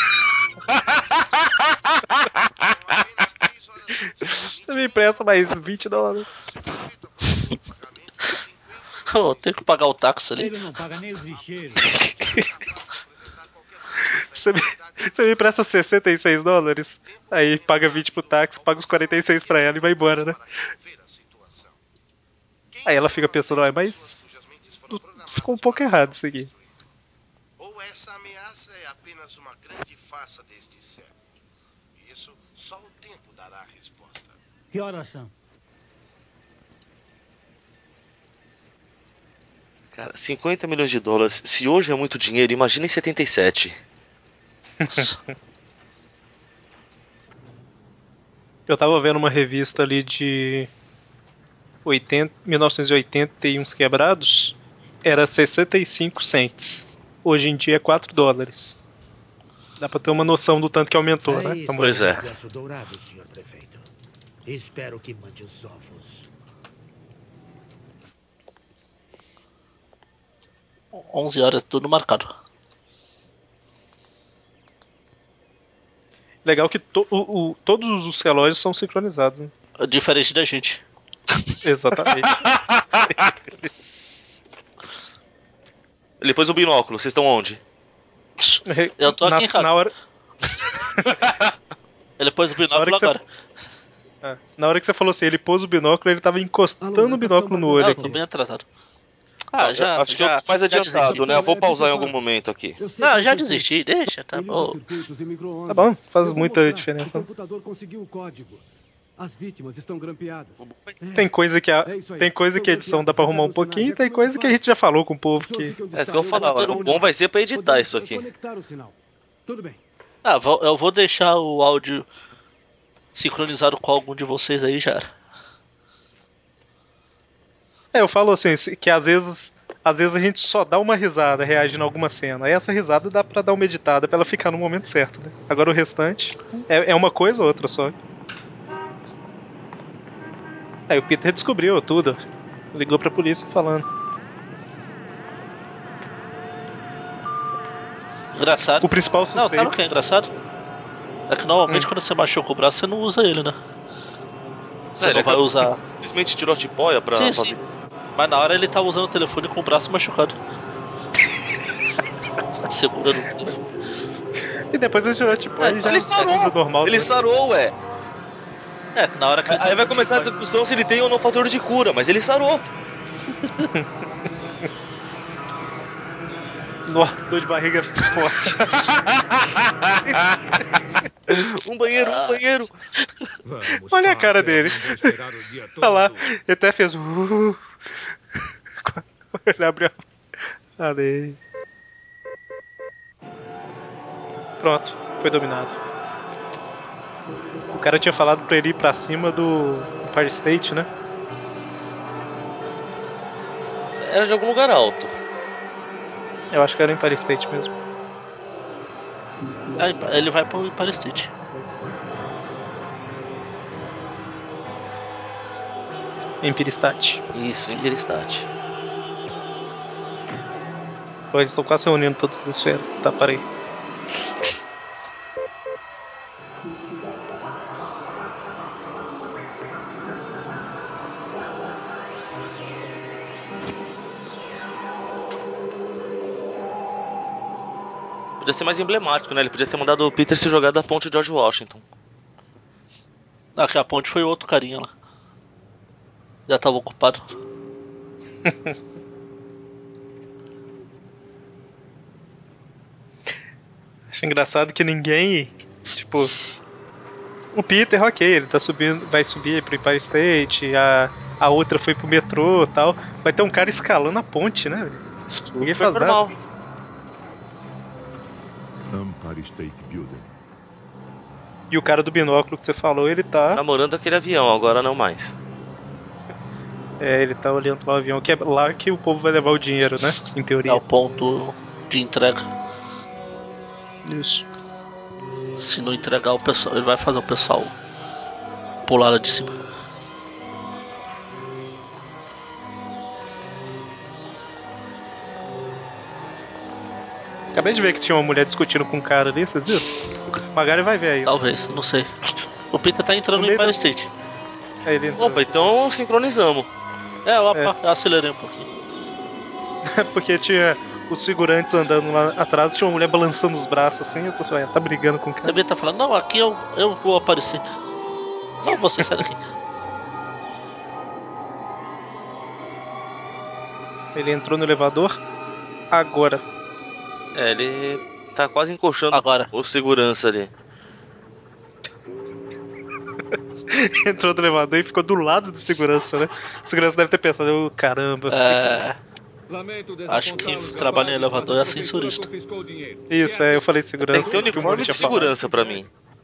Você me empresta mais vinte dólares. Eu tenho que pagar o táxi ali. Ele não paga nem os lixeiros. Você me, você me empresta sessenta e seis dólares, aí paga vinte pro táxi, paga os quarenta e seis pra ela e vai embora, né? Aí ela fica pensando, ah, mas ficou um pouco errado isso aqui. Ou essa ameaça é apenas apenas uma grande farsa deste século. E isso só o tempo dará a resposta. Que horas são? Cara, cinquenta milhões de dólares. Se hoje é muito dinheiro, imagina em setenta e sete. Eu tava vendo uma revista ali de oitenta, mil novecentos e oitenta e uns quebrados. Era sessenta e cinco cents. Hoje em dia é quatro dólares. Dá pra ter uma noção do tanto que aumentou, né? isso, Pois é. negócio dourado, senhor prefeito. Espero que mande os ovos. onze horas, tudo marcado. Legal que to, o, o, todos os relógios são sincronizados, né? Diferente da gente. Exatamente. Ele pôs o binóculo, vocês estão onde? Eu tô aqui na, em casa. Na hora... Ele pôs o binóculo agora. Você... É, na hora que você falou assim, ele pôs o binóculo, ele tava encostando Alô, o binóculo no olho não, aqui. Tô bem atrasado. Ah, não, já. Acho que já, eu tô mais adiantado, né? Eu vou pausar em algum momento aqui. Não, já desisti, deixa, tá bom. Tá bom, faz muita diferença. O computador conseguiu o código. As vítimas estão grampeadas. Tem coisa que a, tem coisa que a edição dá pra arrumar um pouquinho, tem coisa que a gente já falou com o povo que... É isso que eu vou falar, olha, o bom vai ser pra editar isso aqui. Tudo bem. Ah, eu vou deixar o áudio sincronizado com algum de vocês aí, já era. É, eu falo assim, que às vezes, às vezes a gente só dá uma risada reagindo a alguma cena. Aí essa risada dá pra dar uma editada pra ela ficar no momento certo, né? Agora o restante é, é uma coisa ou outra só. Aí o Peter descobriu tudo. Ligou pra polícia falando. Engraçado. O principal suspeito... Não, sabe o que é engraçado? É que normalmente hum. quando você machuca o braço, você não usa ele, né? Você é, não vai usar... Simplesmente tirou a tipóia pra... Sim, pra... sim. Mas na hora ele tá usando o telefone com o braço machucado. Segurando o telefone. E depois ele tirou a tipóia e já ele sarou. usa normal. Ele sarou, ué. É, que na hora que... Aí vai começar a discussão se ele tem ou não fator de cura, mas ele sarou. Nossa, dor de barriga forte. um banheiro, um banheiro. Vamos, olha a cara dele. Olha lá, ele até fez... Uh, ele abriu a... Ali. Pronto, foi dominado. O cara tinha falado pra ele ir pra cima do Empire State, né? Era de algum lugar alto. Eu acho que era o Empire State mesmo. É, ele vai pro Empire State. Empire State. Isso, Empire State. Eles estão quase reunindo todas as esferas. Tá, parei. Podia ser mais emblemático, né? Ele podia ter mandado o Peter se jogar da ponte George Washington. Ah, que a ponte foi outro carinha lá. Já tava ocupado. Acho engraçado que ninguém... Tipo... O Peter, ok, ele tá subindo, vai subir pro Empire State, a, a outra foi pro metrô e tal. Vai ter um cara escalando a ponte, né? Ninguém faz normal. nada. Empire State Building. E o cara do binóculo que você falou, ele tá... namorando aquele avião, agora não mais. É, ele tá olhando lá o avião, que é lá que o povo vai levar o dinheiro, né? Em teoria. É o ponto de entrega. Isso. Se não entregar o pessoal, ele vai fazer o pessoal pular lá de cima. Acabei de ver que tinha uma mulher discutindo com um cara ali, vocês viram? O Magari vai ver aí. Talvez, não sei. O Peter tá entrando no, no Empire da... State. É, ele entrou. Opa, então sincronizamos. É, eu, é. eu acelerei um pouquinho. Porque tinha os figurantes andando lá atrás, tinha uma mulher balançando os braços assim, eu tô só, tá brigando com o cara. Também tá falando, não, aqui eu, eu vou aparecer. Não, você sai daqui. Ele entrou no elevador agora. É, ele tá quase encoxando Agora. o segurança ali. Entrou no elevador e ficou do lado do segurança, né? O segurança deve ter pensado, oh, caramba. É... Acho que quem trabalha em elevador é ascensorista. Isso, é, eu falei segurança. Tem que ter uniforme de segurança pra mim.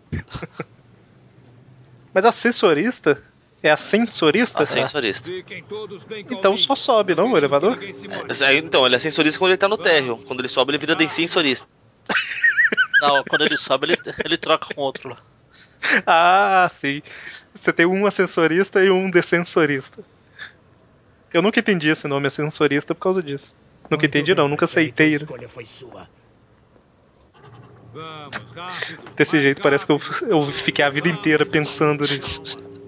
Mas ascensorista? É ascensorista? Ascensorista. Então só sobe, não, o elevador? É, então, ele é ascensorista quando ele tá no térreo. Quando ele sobe, ele vira descensorista. Não, quando ele sobe, ele, ele troca com outro lá. Ah, sim. Você tem um ascensorista e um descensorista. Eu nunca entendi esse nome ascensorista por causa disso. Nunca entendi não, nunca aceitei. Né? Desse jeito parece que eu, eu fiquei a vida inteira pensando nisso.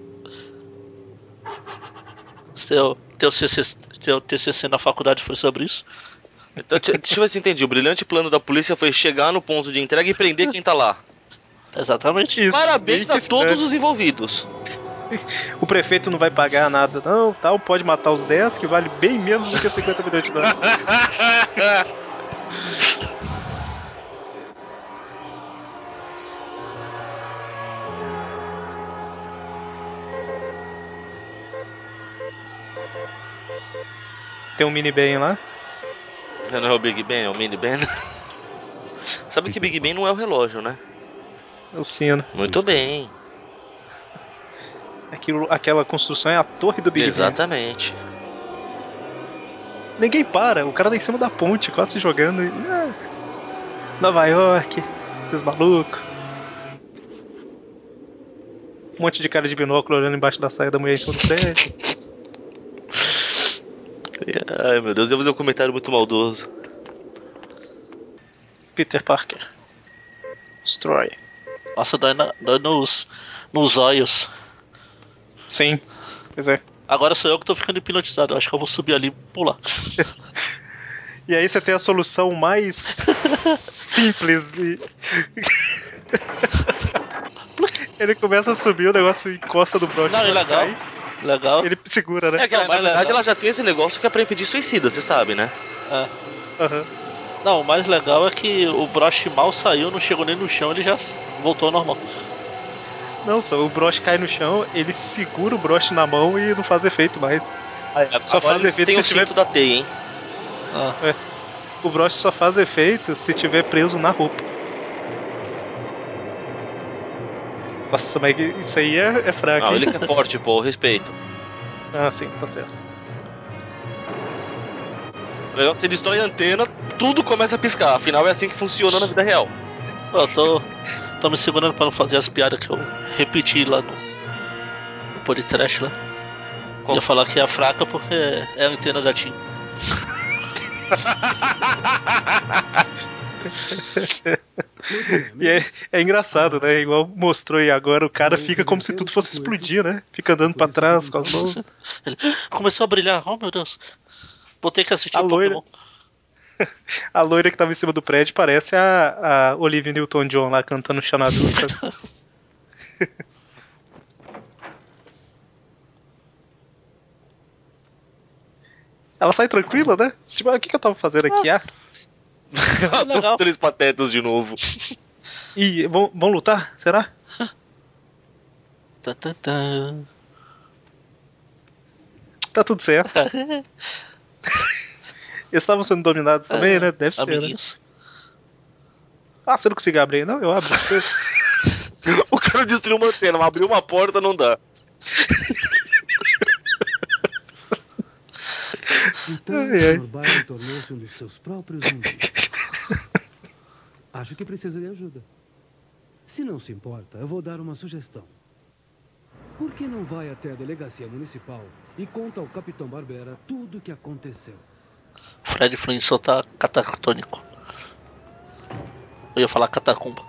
Seu, teu, C C, teu T C C na faculdade foi sobre isso? Então, deixa eu ver se eu entendi. O brilhante plano da polícia foi chegar no ponto de entrega e prender quem tá lá. Exatamente isso. Parabéns a todos os envolvidos. O prefeito não vai pagar nada, não, tal. Pode matar os dez, que vale bem menos do que cinquenta milhões de dólares. Tem um mini Ben lá. Não é o Big Ben, é o Mini Ben. Sabe que Big Ben não é o relógio, né? É o sino. Muito bem. Aquilo, aquela construção é a torre do Big Ben. Exatamente. Ninguém para, o cara tá em cima da ponte, quase se jogando. E, ah, Nova York, esses malucos. Um monte de cara de binóculo olhando embaixo da saia da mulher em cima do prédio. Ai meu Deus, eu vou fazer um comentário muito maldoso. Peter Parker. Destroy. Nossa, dói, na, dói nos, nos olhos. Sim, pois é. Agora sou eu que tô ficando hipnotizado. Eu acho que eu vou subir ali e pular. E aí você tem a solução mais simples e... Ele começa a subir, o negócio encosta do broche. Não, é legal. Cai, legal. Ele segura, né? É que na verdade legal. ela já tem esse negócio que é pra impedir suicida, você sabe, né? É. Uhum. Não, o mais legal é que o broche mal saiu, não chegou nem no chão, ele já voltou ao normal. Não, só o broche cai no chão, ele segura o broche na mão e não faz efeito mais. Ah, é. Só Agora faz ele efeito tem se o tiver... cinto da teia, hein? Ah. É. O broche só faz efeito se tiver preso na roupa. Nossa, mas isso aí é, é fraco. Não, hein? ele que é forte, pô, respeito. Ah, sim, tá certo. Legal que você destrói a antena, tudo começa a piscar. Afinal, é assim que funciona na vida real. Eu tô, tô me segurando pra não fazer as piadas que eu repeti lá no, no podcast lá. Qual? Ia falar que é fraca porque é a antena da TIM. E é, é engraçado, né? Igual mostrou aí agora, o cara fica como se tudo fosse explodir, né? Fica andando pra trás com as mãos. Ele começou a brilhar, oh meu Deus. Vou ter que assistir a o loira... Pokémon. A loira que tava em cima do prédio parece a, a Olivia Newton-John lá cantando Xanadu. Ela sai tranquila, né? Tipo, o que, que eu tava fazendo aqui? Ah, ah legal. Três patetas de novo. Ih, vão, vão lutar? Será? Tá, tá, tá. Tá tudo certo. Eles estavam sendo dominados também, é, né? Deve ser, amiguinhos. Né? Ah, você não conseguiu abrir, não? Eu abro pra você. O cara destruiu uma antena, mas abriu uma porta não dá. Então o senhor Byron tornou-se um dos seus próprios zumbis. Acho que precisa de ajuda. Se não se importa, eu vou dar uma sugestão. Por que não vai até a delegacia municipal e conta ao Capitão Barbera tudo o que aconteceu? Fred Flintstone tá catatônico. Eu ia falar catacumba.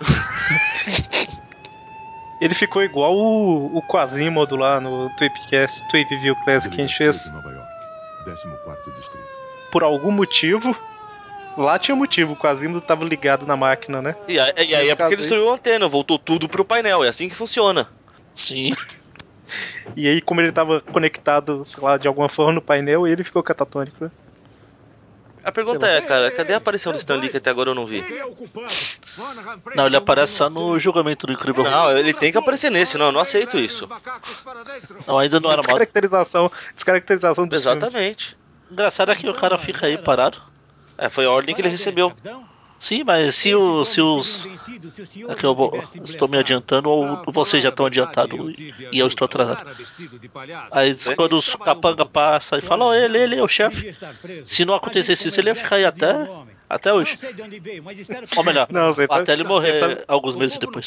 Ele ficou igual o, o Quasimodo lá no Tweepcast, Tweepview Classic que a gente fez. Nova York, décimo quarto distrito. Por algum motivo, lá tinha motivo, o Quasimodo tava ligado na máquina, né? E aí, e aí é porque ele destruiu a antena, voltou tudo pro painel, é assim que funciona. Sim. E aí, como ele tava conectado, sei lá, de alguma forma no painel, ele ficou catatônico, né? A pergunta é, cara, cadê a aparição do Stan Lee que até agora eu não vi? Não, ele aparece só no julgamento do Incrível Hulk. Não, ele tem que aparecer nesse, não, eu não aceito isso. Não, ainda não era mal. Descaracterização, descaracterização dos Exatamente. Engraçado é que o cara fica aí parado. É, foi a ordem que ele recebeu. Sim, mas se, o, se os... É que eu vou, estou me adiantando ou vocês já estão adiantados e eu estou atrasado. Aí quando os capanga passa e fala, ó, oh, ele, ele é o chefe. Se não acontecesse isso, ele ia ficar aí até, até hoje. Ou melhor, não, até tá, ele morrer tá, alguns meses depois.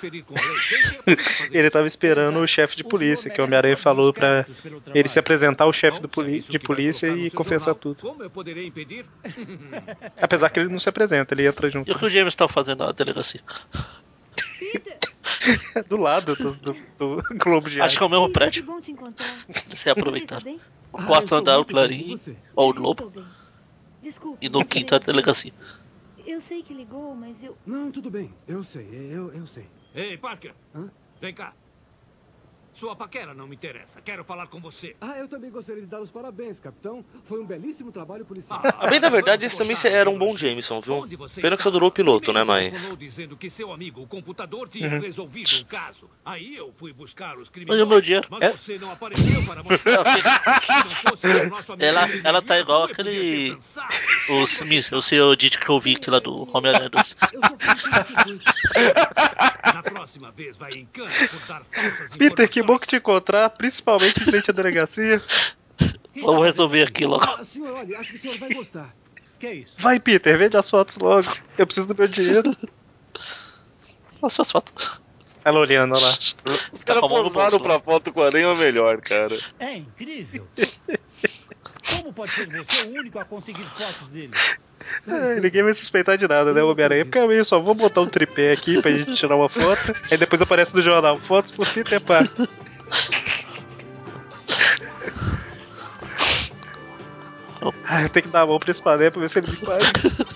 Ele estava esperando o chefe de polícia, que o Homem-Aranha falou pra ele se apresentar ao chefe de polícia e confessar tudo. Apesar que ele não se apresenta, ele entra junto. E o que o James tá fazendo na delegacia? Do lado do, do, do Globo de Acho que é o mesmo prédio. Você aproveitar. O quarto andar é o Clarim, ou o Globo. E no quinto é a delegacia. Eu sei que ligou, mas eu... Não, tudo bem. Eu sei, eu, eu sei. Ei, Parker. Hã? Vem cá. Sua paquera não me interessa. Quero falar com você. Ah, eu também gostaria de dar os parabéns, capitão. Foi um belíssimo trabalho policial. Ah, bem da verdade, esse também era um bom Jameson, viu? Pena que só durou o piloto, né, mas... dizendo que seu amigo, o computador, tinha uhum. resolvido o caso. Aí eu fui buscar os criminosos. Olha o meu dinheiro. Mas é? Você não apareceu para mostrar que não fosse ela, ela tá igual aquele... O, o seu Dick Kovic lá do Homem-Aranha dois. Na próxima vez vai em cana por dar falsas Peter, que bom que te encontrar, principalmente em frente à delegacia. Vamos resolver aqui logo. Ah, senhor, olha, acho que o senhor vai gostar. Que é isso? Vai, Peter, vende as fotos logo. Eu preciso do meu dinheiro. Olha suas fotos. Ela olhando lá. Os caras posaram pra foto com a aranha, é o melhor, cara. É incrível. Como pode ser você o único a conseguir fotos dele? É, ninguém vai suspeitar de nada, né, Homem-Aranha? Porque eu só vou botar um tripé aqui pra gente tirar uma foto. Aí depois aparece no jornal, fotos por Peter Parker. Ah, eu tenho que dar a mão pra esse pané pra ver se ele me paga.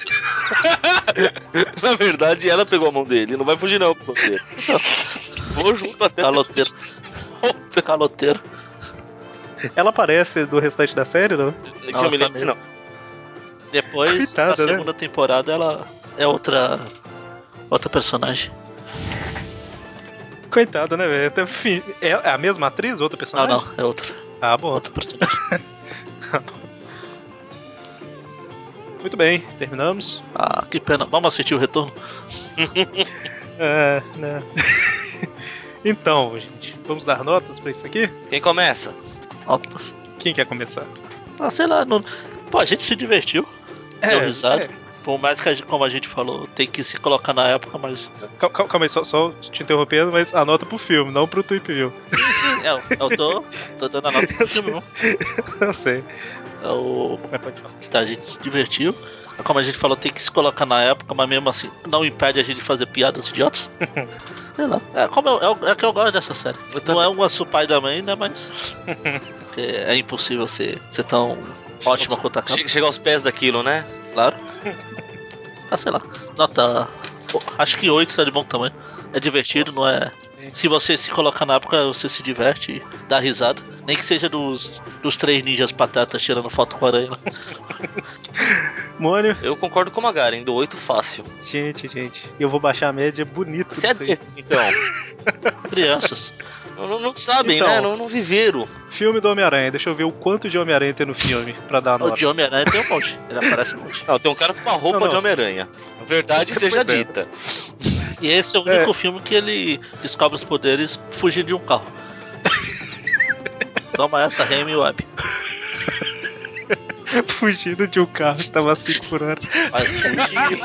Na verdade, ela pegou a mão dele, não vai fugir não, você. Vou junto até. Caloteiro. Caloteiro. Ela aparece do restante da série, não? Que eu me lembro, não. Depois, Coitada, na segunda né? temporada, ela é outra outra personagem. Coitada, né, velho? É a mesma atriz, outra personagem? Não, não, é outra. Ah, bom. Outra personagem. Muito bem, terminamos. Ah, que pena. Vamos assistir o retorno? É, né? Então, gente, vamos dar notas pra isso aqui? Quem começa? Notas. Quem quer começar? Ah, sei lá. Não... Pô, a gente se divertiu. É, deu risada. É. Por mais que, a gente, como a gente falou, tem que se colocar na época, mas... Calma, calma aí, só, só te interrompendo, mas a nota pro filme, não pro Tweep View. Sim, sim, é, eu tô, tô dando a nota pro filme, não. Eu sei. É o... Como é que pode falar? Tá, a gente se divertiu. Como a gente falou, tem que se colocar na época, mas mesmo assim, não impede a gente de fazer piadas idiotas. Sei lá. É, como eu, é, é que eu gosto dessa série. Eu não também. É uma Spider-Man, né, mas... é impossível ser, ser tão ótima quanto a capa. Chegar aos pés daquilo, né? Claro. Ah, sei lá. Nota... Acho que oito tá de bom tamanho. É divertido, não é... Se você se colocar na época, você se diverte e dá risada. Nem que seja dos, dos três ninjas patatas tirando foto com a aranha. Mônio? Eu concordo com o Magaren, do oito fácil. Gente, gente, eu vou baixar a média bonito. Você é desses, então? Crianças. Não, não sabem, então, né? Não, não viveram. Filme do Homem-Aranha, deixa eu ver o quanto de Homem-Aranha tem no filme pra dar a nota. O de Homem-Aranha tem um monte, ele aparece um monte. Não, tem um cara com uma roupa não, não. de Homem-Aranha. Verdade seja pois dita. É. E esse é o único é. filme que ele descobre os poderes fugindo de um carro. Toma essa, Raimi Web. Fugindo de um carro que tava a cinco por hora. Mas fugindo.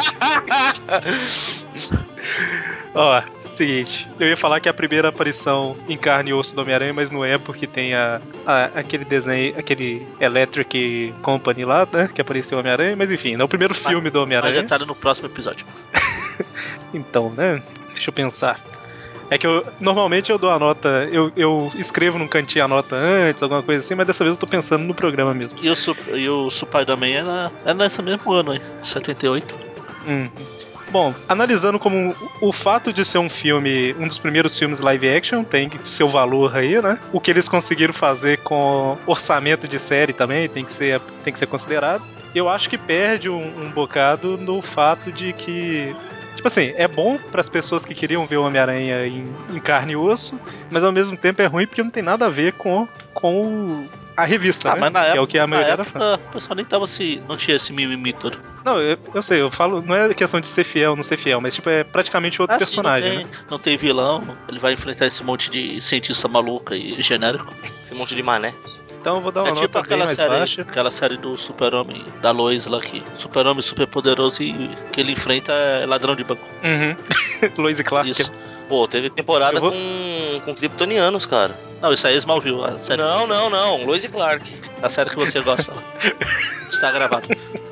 Ó, seguinte, eu ia falar que é a primeira aparição em carne e osso do Homem-Aranha, mas não é, porque tem a, a, aquele desenho, aquele Electric Company lá, né, que apareceu o Homem-Aranha, mas enfim, não é o primeiro mas, filme do Homem-Aranha. Mas já tá no próximo episódio. Então, né, deixa eu pensar. É que eu, normalmente eu dou a nota, eu, eu escrevo num cantinho a nota antes, alguma coisa assim, mas dessa vez eu tô pensando no programa mesmo. E o, e o Spider-Man é, na, é nesse mesmo ano aí, setenta e oito. Hum. Bom, analisando como o fato de ser um filme, um dos primeiros filmes live action, tem seu valor aí, né? O que eles conseguiram fazer com orçamento de série também tem que ser, tem que ser considerado. Eu acho que perde um, um bocado no fato de que, tipo assim, é bom para as pessoas que queriam ver o Homem-Aranha em, em carne e osso, mas ao mesmo tempo é ruim porque não tem nada a ver com, com o, a revista, ah, né? Mas na que época, é o que a maioria na época, o pessoal nem tava se. Não tinha esse mimimi todo. Não, eu, eu sei, eu falo, não é questão de ser fiel ou não ser fiel, mas tipo, é praticamente outro ah, personagem, sim, não, tem, né? não tem vilão, ele vai enfrentar esse monte de cientista maluca e genérico. Esse monte de mané. Então eu vou dar uma é nota tipo bem aquela mais série, baixa. aquela série do Super-Homem, da Lois lá que Super-Homem super poderoso e que ele enfrenta é ladrão de banco. Uhum. Lois e Clark. Isso. Pô, teve temporada vou... com, com kryptonianos, cara. Não, isso aí é Smallville, a série. Não, não, não, Lois e Clark. A série que você gosta lá. Está gravado.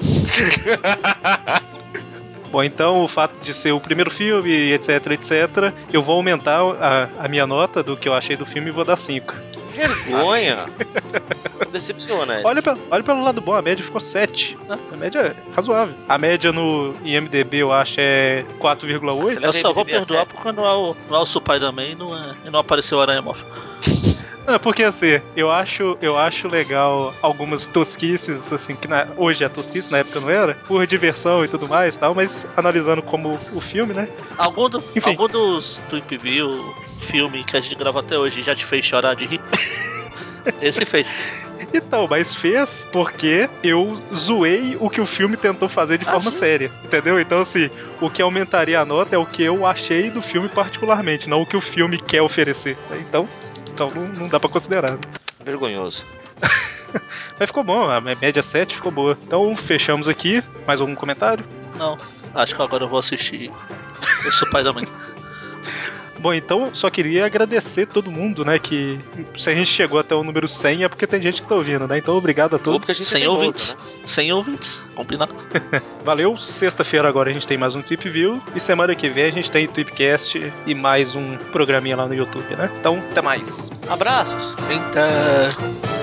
Bom, então o fato de ser o primeiro filme, etc, etc, eu vou aumentar a, a minha nota do que eu achei do filme e vou dar cinco. Vergonha! Decepciona, Ed. Olha, olha pelo lado bom, a média ficou sete. A média é razoável. A média no I M D B eu acho é quatro vírgula oito. Eu só vou perdoar porque não é o, não é o Spider-Man e não, é, e não apareceu o Aranha Móvel. Não, porque assim, eu acho, eu acho legal algumas tosquices, assim, que na, hoje é tosquice, na época não era, por diversão e tudo mais tal, mas analisando como o filme, né? Algum, do, algum dos Tweep View, filme que a gente grava até hoje, já te fez chorar de rir? Esse fez. Então, mas fez porque eu zoei o que o filme tentou fazer de ah, forma sim. séria, entendeu? Então, assim, o que aumentaria a nota é o que eu achei do filme particularmente, não o que o filme quer oferecer. Então, então não, não dá pra considerar. Vergonhoso. Mas ficou bom, a média sete ficou boa. Então, fechamos aqui. Mais algum comentário? Não, acho que agora eu vou assistir o Spider-Man. Bom, então só queria agradecer todo mundo, né, que se a gente chegou até o número cem é porque tem gente que tá ouvindo, né, então obrigado a todos. cem ouvintes, né? cem ouvintes, combinado. Valeu, sexta-feira agora a gente tem mais um Tweep View e semana que vem a gente tem Tweepcast e mais um programinha lá no YouTube, né, então até mais. Abraços. Eita.